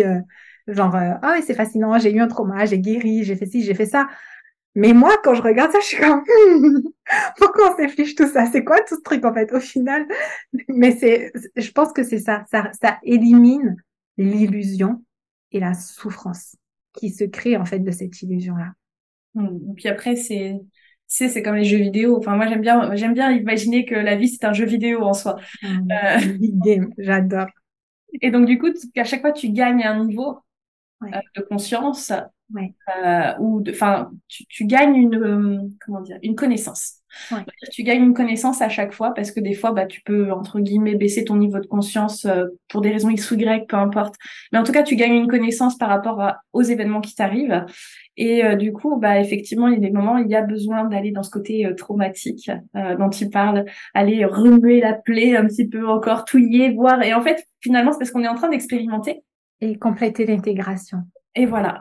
ah ouais, c'est fascinant, j'ai eu un trauma, j'ai guéri, j'ai fait ci, j'ai fait ça. Mais moi, quand je regarde ça, je suis comme, pourquoi on s'inflige tout ça? C'est quoi tout ce truc, en fait, au final? Mais je pense que c'est ça élimine l'illusion et la souffrance qui se crée, en fait, de cette illusion-là. Et puis après, c'est comme les jeux vidéo. Enfin, moi, j'aime bien imaginer que la vie, c'est un jeu vidéo en soi. Une big game, j'adore. Et donc, du coup, à chaque fois, tu gagnes un niveau Ouais, de conscience, ouais, enfin, tu gagnes comment dire, une connaissance. ouais. Tu gagnes une connaissance à chaque fois parce que des fois, bah, tu peux, entre guillemets, baisser ton niveau de conscience pour des raisons X ou Y, peu importe. Mais en tout cas, tu gagnes une connaissance par rapport aux événements qui t'arrivent. Et du coup, bah, effectivement, il y a des moments où il y a besoin d'aller dans ce côté traumatique dont tu parles, aller remuer la plaie un petit peu encore, touiller, voir. Et en fait, finalement, c'est parce qu'on est en train d'expérimenter. Et compléter l'intégration. Et voilà.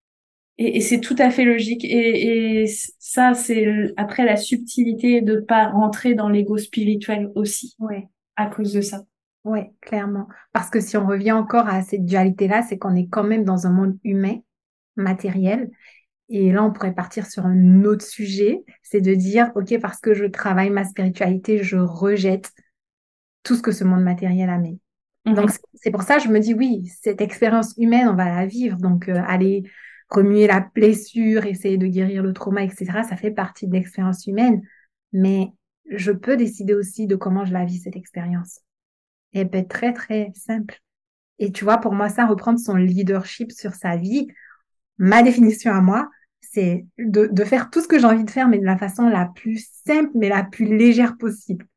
Et c'est tout à fait logique. Et ça, c'est après la subtilité de pas rentrer dans l'ego spirituel aussi, Ouais, à cause de ça. ouais, clairement. Parce que si on revient encore à cette dualité-là, c'est qu'on est quand même dans un monde humain, matériel. Et là, on pourrait partir sur un autre sujet, c'est de dire, OK, parce que je travaille ma spiritualité, je rejette tout ce que ce monde matériel amène. Donc, Mhm. c'est pour ça que je me dis, oui, cette expérience humaine, on va la vivre. Donc, aller remuer la blessure, essayer de guérir le trauma, etc., ça fait partie de l'expérience humaine. Mais je peux décider aussi de comment je la vis, cette expérience. Et elle peut être très, très simple. Et tu vois, pour moi, ça, reprendre son leadership sur sa vie, ma définition à moi, c'est de faire tout ce que j'ai envie de faire, mais de la façon la plus simple, mais la plus légère possible.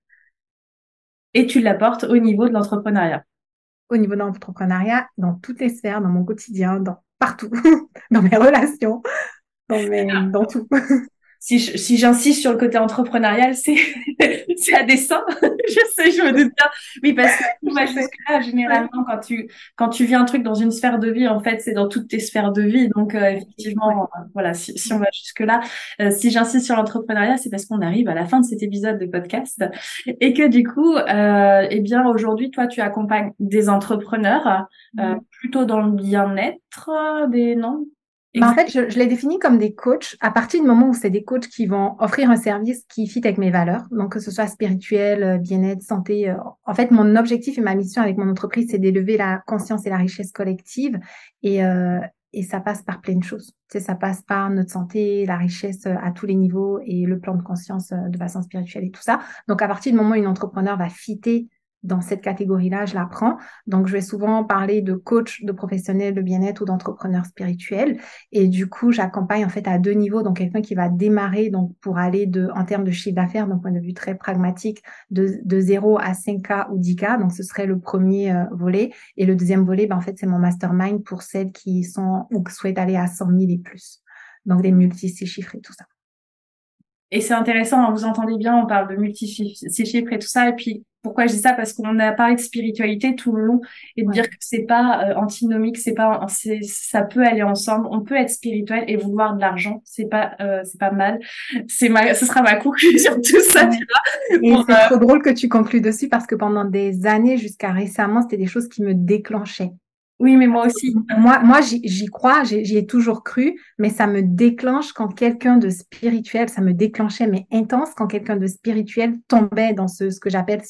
Et tu l'apportes au niveau de l'entrepreneuriat. Au niveau de l'entrepreneuriat, dans toutes les sphères, dans mon quotidien, dans partout, dans mes relations, dans tout. Si j'insiste sur le côté entrepreneurial, c'est c'est à dessein. Je sais, je me doute bien. Oui, parce que tout va Je sais. jusque-là, Ouais, généralement, quand tu vis un truc dans une sphère de vie, en fait, c'est dans toutes tes sphères de vie. Donc, ouais, effectivement, voilà, si on ouais. va jusque-là, si j'insiste sur l'entrepreneuriat, c'est parce qu'on arrive à la fin de cet épisode de podcast et que du coup, eh bien, aujourd'hui, toi, tu accompagnes des entrepreneurs, Ouais. plutôt dans le bien-être, non? En fait, je les définis comme des coachs à partir du moment où c'est des coachs qui vont offrir un service qui fit avec mes valeurs, donc que ce soit spirituel, bien-être, santé. En fait, mon objectif et ma mission avec mon entreprise, c'est d'élever la conscience et la richesse collective. Et, euh, et ça passe par plein de choses. Tu sais, ça passe par notre santé, la richesse à tous les niveaux et le plan de conscience de façon spirituelle et tout ça. Donc, à partir du moment où une entrepreneur va fitter dans cette catégorie-là, je la prends. Donc, je vais souvent parler de coach, de professionnel de bien-être ou d'entrepreneur spirituel. Et du coup, j'accompagne en fait à 2 niveaux. Donc, quelqu'un qui va démarrer donc pour aller en termes de chiffre d'affaires, d'un point de vue très pragmatique, de 0 à 5K ou 10K. Donc, ce serait le premier volet. Et le deuxième volet, ben, en fait, c'est mon mastermind pour celles qui sont ou qui souhaitent aller à 100 000 et plus. Donc, des multi-six chiffres et tout ça. Et c'est intéressant, hein, vous entendez bien, on parle de multi-chiffres et tout ça. Et puis, pourquoi je dis ça? Parce qu'on a parlé de spiritualité tout le long et de Ouais. dire que c'est pas antinomique, ça peut aller ensemble. On peut être spirituel et vouloir de l'argent. C'est pas mal. Ce sera ma conclusion de tout ça, Ouais. tu vois. Et Pour, c'est trop drôle que tu conclues dessus parce que pendant des années jusqu'à récemment, c'était des choses qui me déclenchaient. oui, mais moi aussi. Moi, j'y crois, j'y ai toujours cru, mais ça me déclenche quand quelqu'un de spirituel, ça me déclenchait, mais intense, quand quelqu'un de spirituel tombait dans ce que j'appelle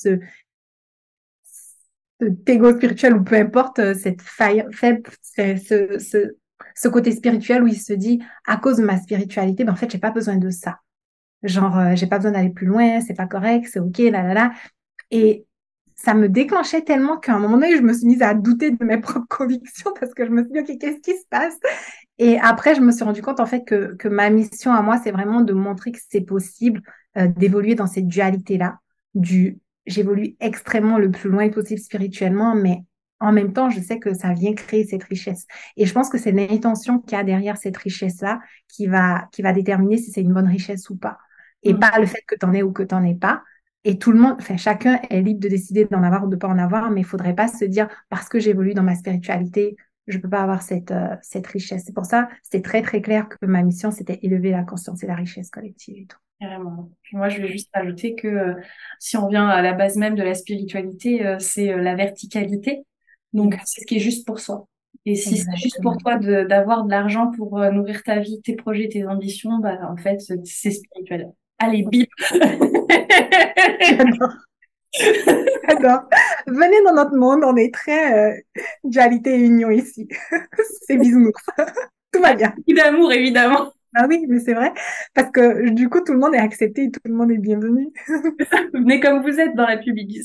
cet ego spirituel ou peu importe, cette faille, faible, ce côté spirituel où il se dit, à cause de ma spiritualité, ben, en fait, j'ai pas besoin de ça. Genre, j'ai pas besoin d'aller plus loin, c'est pas correct, c'est ok, là, là, là. Et ça me déclenchait tellement qu'à un moment donné, je me suis mise à douter de mes propres convictions parce que je me suis dit, OK, qu'est-ce qui se passe? Et après, je me suis rendu compte en fait que ma mission à moi, c'est vraiment de montrer que c'est possible d'évoluer dans cette dualité-là. J'évolue extrêmement le plus loin possible spirituellement, mais en même temps, je sais que ça vient créer cette richesse. Et je pense que c'est l'intention qu'il y a derrière cette richesse-là qui va déterminer si c'est une bonne richesse ou pas. Et Mm. pas le fait que tu en aies ou que tu n'en aies pas. Et tout le monde, enfin, chacun est libre de décider d'en avoir ou de pas en avoir, mais il faudrait pas se dire parce que j'évolue dans ma spiritualité, je peux pas avoir cette richesse. C'est pour ça, c'était très, très clair que ma mission, c'était élever la conscience et la richesse collective et tout. Carrément. Puis moi, je vais juste rajouter que si on vient à la base même de la spiritualité, c'est la verticalité. Donc, Yes, c'est ce qui est juste pour soi. Et si c'est juste pour exactement. toi d'avoir de l'argent pour nourrir ta vie, tes projets, tes ambitions, bah en fait, c'est spirituel. Allez, bip! J'adore, j'adore. Venez dans notre monde, on est très dualité et union ici. C'est bisounours. Tout va Avec bien. beaucoup d'amour, évidemment. Ah oui, mais c'est vrai, parce que du coup, tout le monde est accepté et tout le monde est bienvenu. Venez comme vous êtes dans la publibis.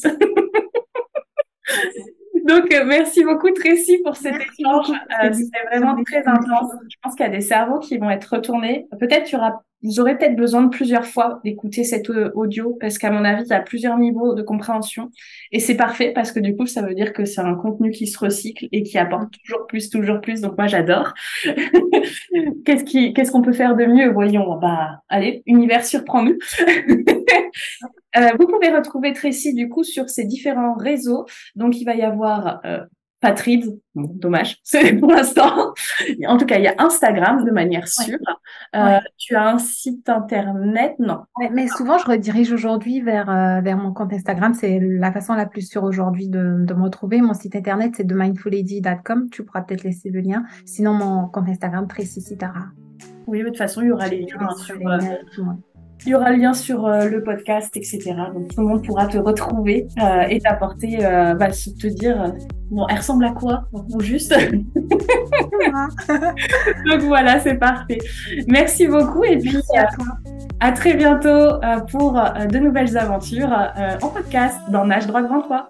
Donc, merci beaucoup, Tracy, pour cet Merci échange. beaucoup pour cette C'était discussion vraiment riche très et intense. nutritive. Je pense qu'il y a des cerveaux qui vont être retournés. Peut-être vous aurez peut-être besoin de plusieurs fois d'écouter cet audio parce qu'à mon avis, il y a plusieurs niveaux de compréhension. Et c'est parfait parce que du coup, ça veut dire que c'est un contenu qui se recycle et qui apporte toujours plus, toujours plus. Donc, moi, j'adore. Qu'est-ce qu'on peut faire de mieux? Voyons. Bah, allez, univers surprend-nous. Vous pouvez retrouver Tracy du coup sur ces différents réseaux. Donc il va y avoir Patride, bon, dommage, c'est pour l'instant. En tout cas, il y a Instagram de manière Ouais, sûre. ouais. Tu as un site internet? Non. Ouais, mais souvent, je redirige aujourd'hui vers mon compte Instagram. C'est la façon la plus sûre aujourd'hui de me retrouver. Mon site internet, c'est themindfullady.com. Tu pourras peut-être laisser le lien. Sinon, mon compte Instagram, Tracy Sitara. Oui, mais de toute façon, il y aura Je les je liens vais hein, sur les liens avec tout le monde. il y aura le lien sur le podcast, etc. Donc tout le monde pourra te retrouver et t'apporter, te dire, bon, elle ressemble à quoi? Ou juste. Voilà. Donc voilà, c'est parfait. Merci beaucoup et puis Merci à toi. à très bientôt pour de nouvelles aventures en podcast dans Nage droit devant toi.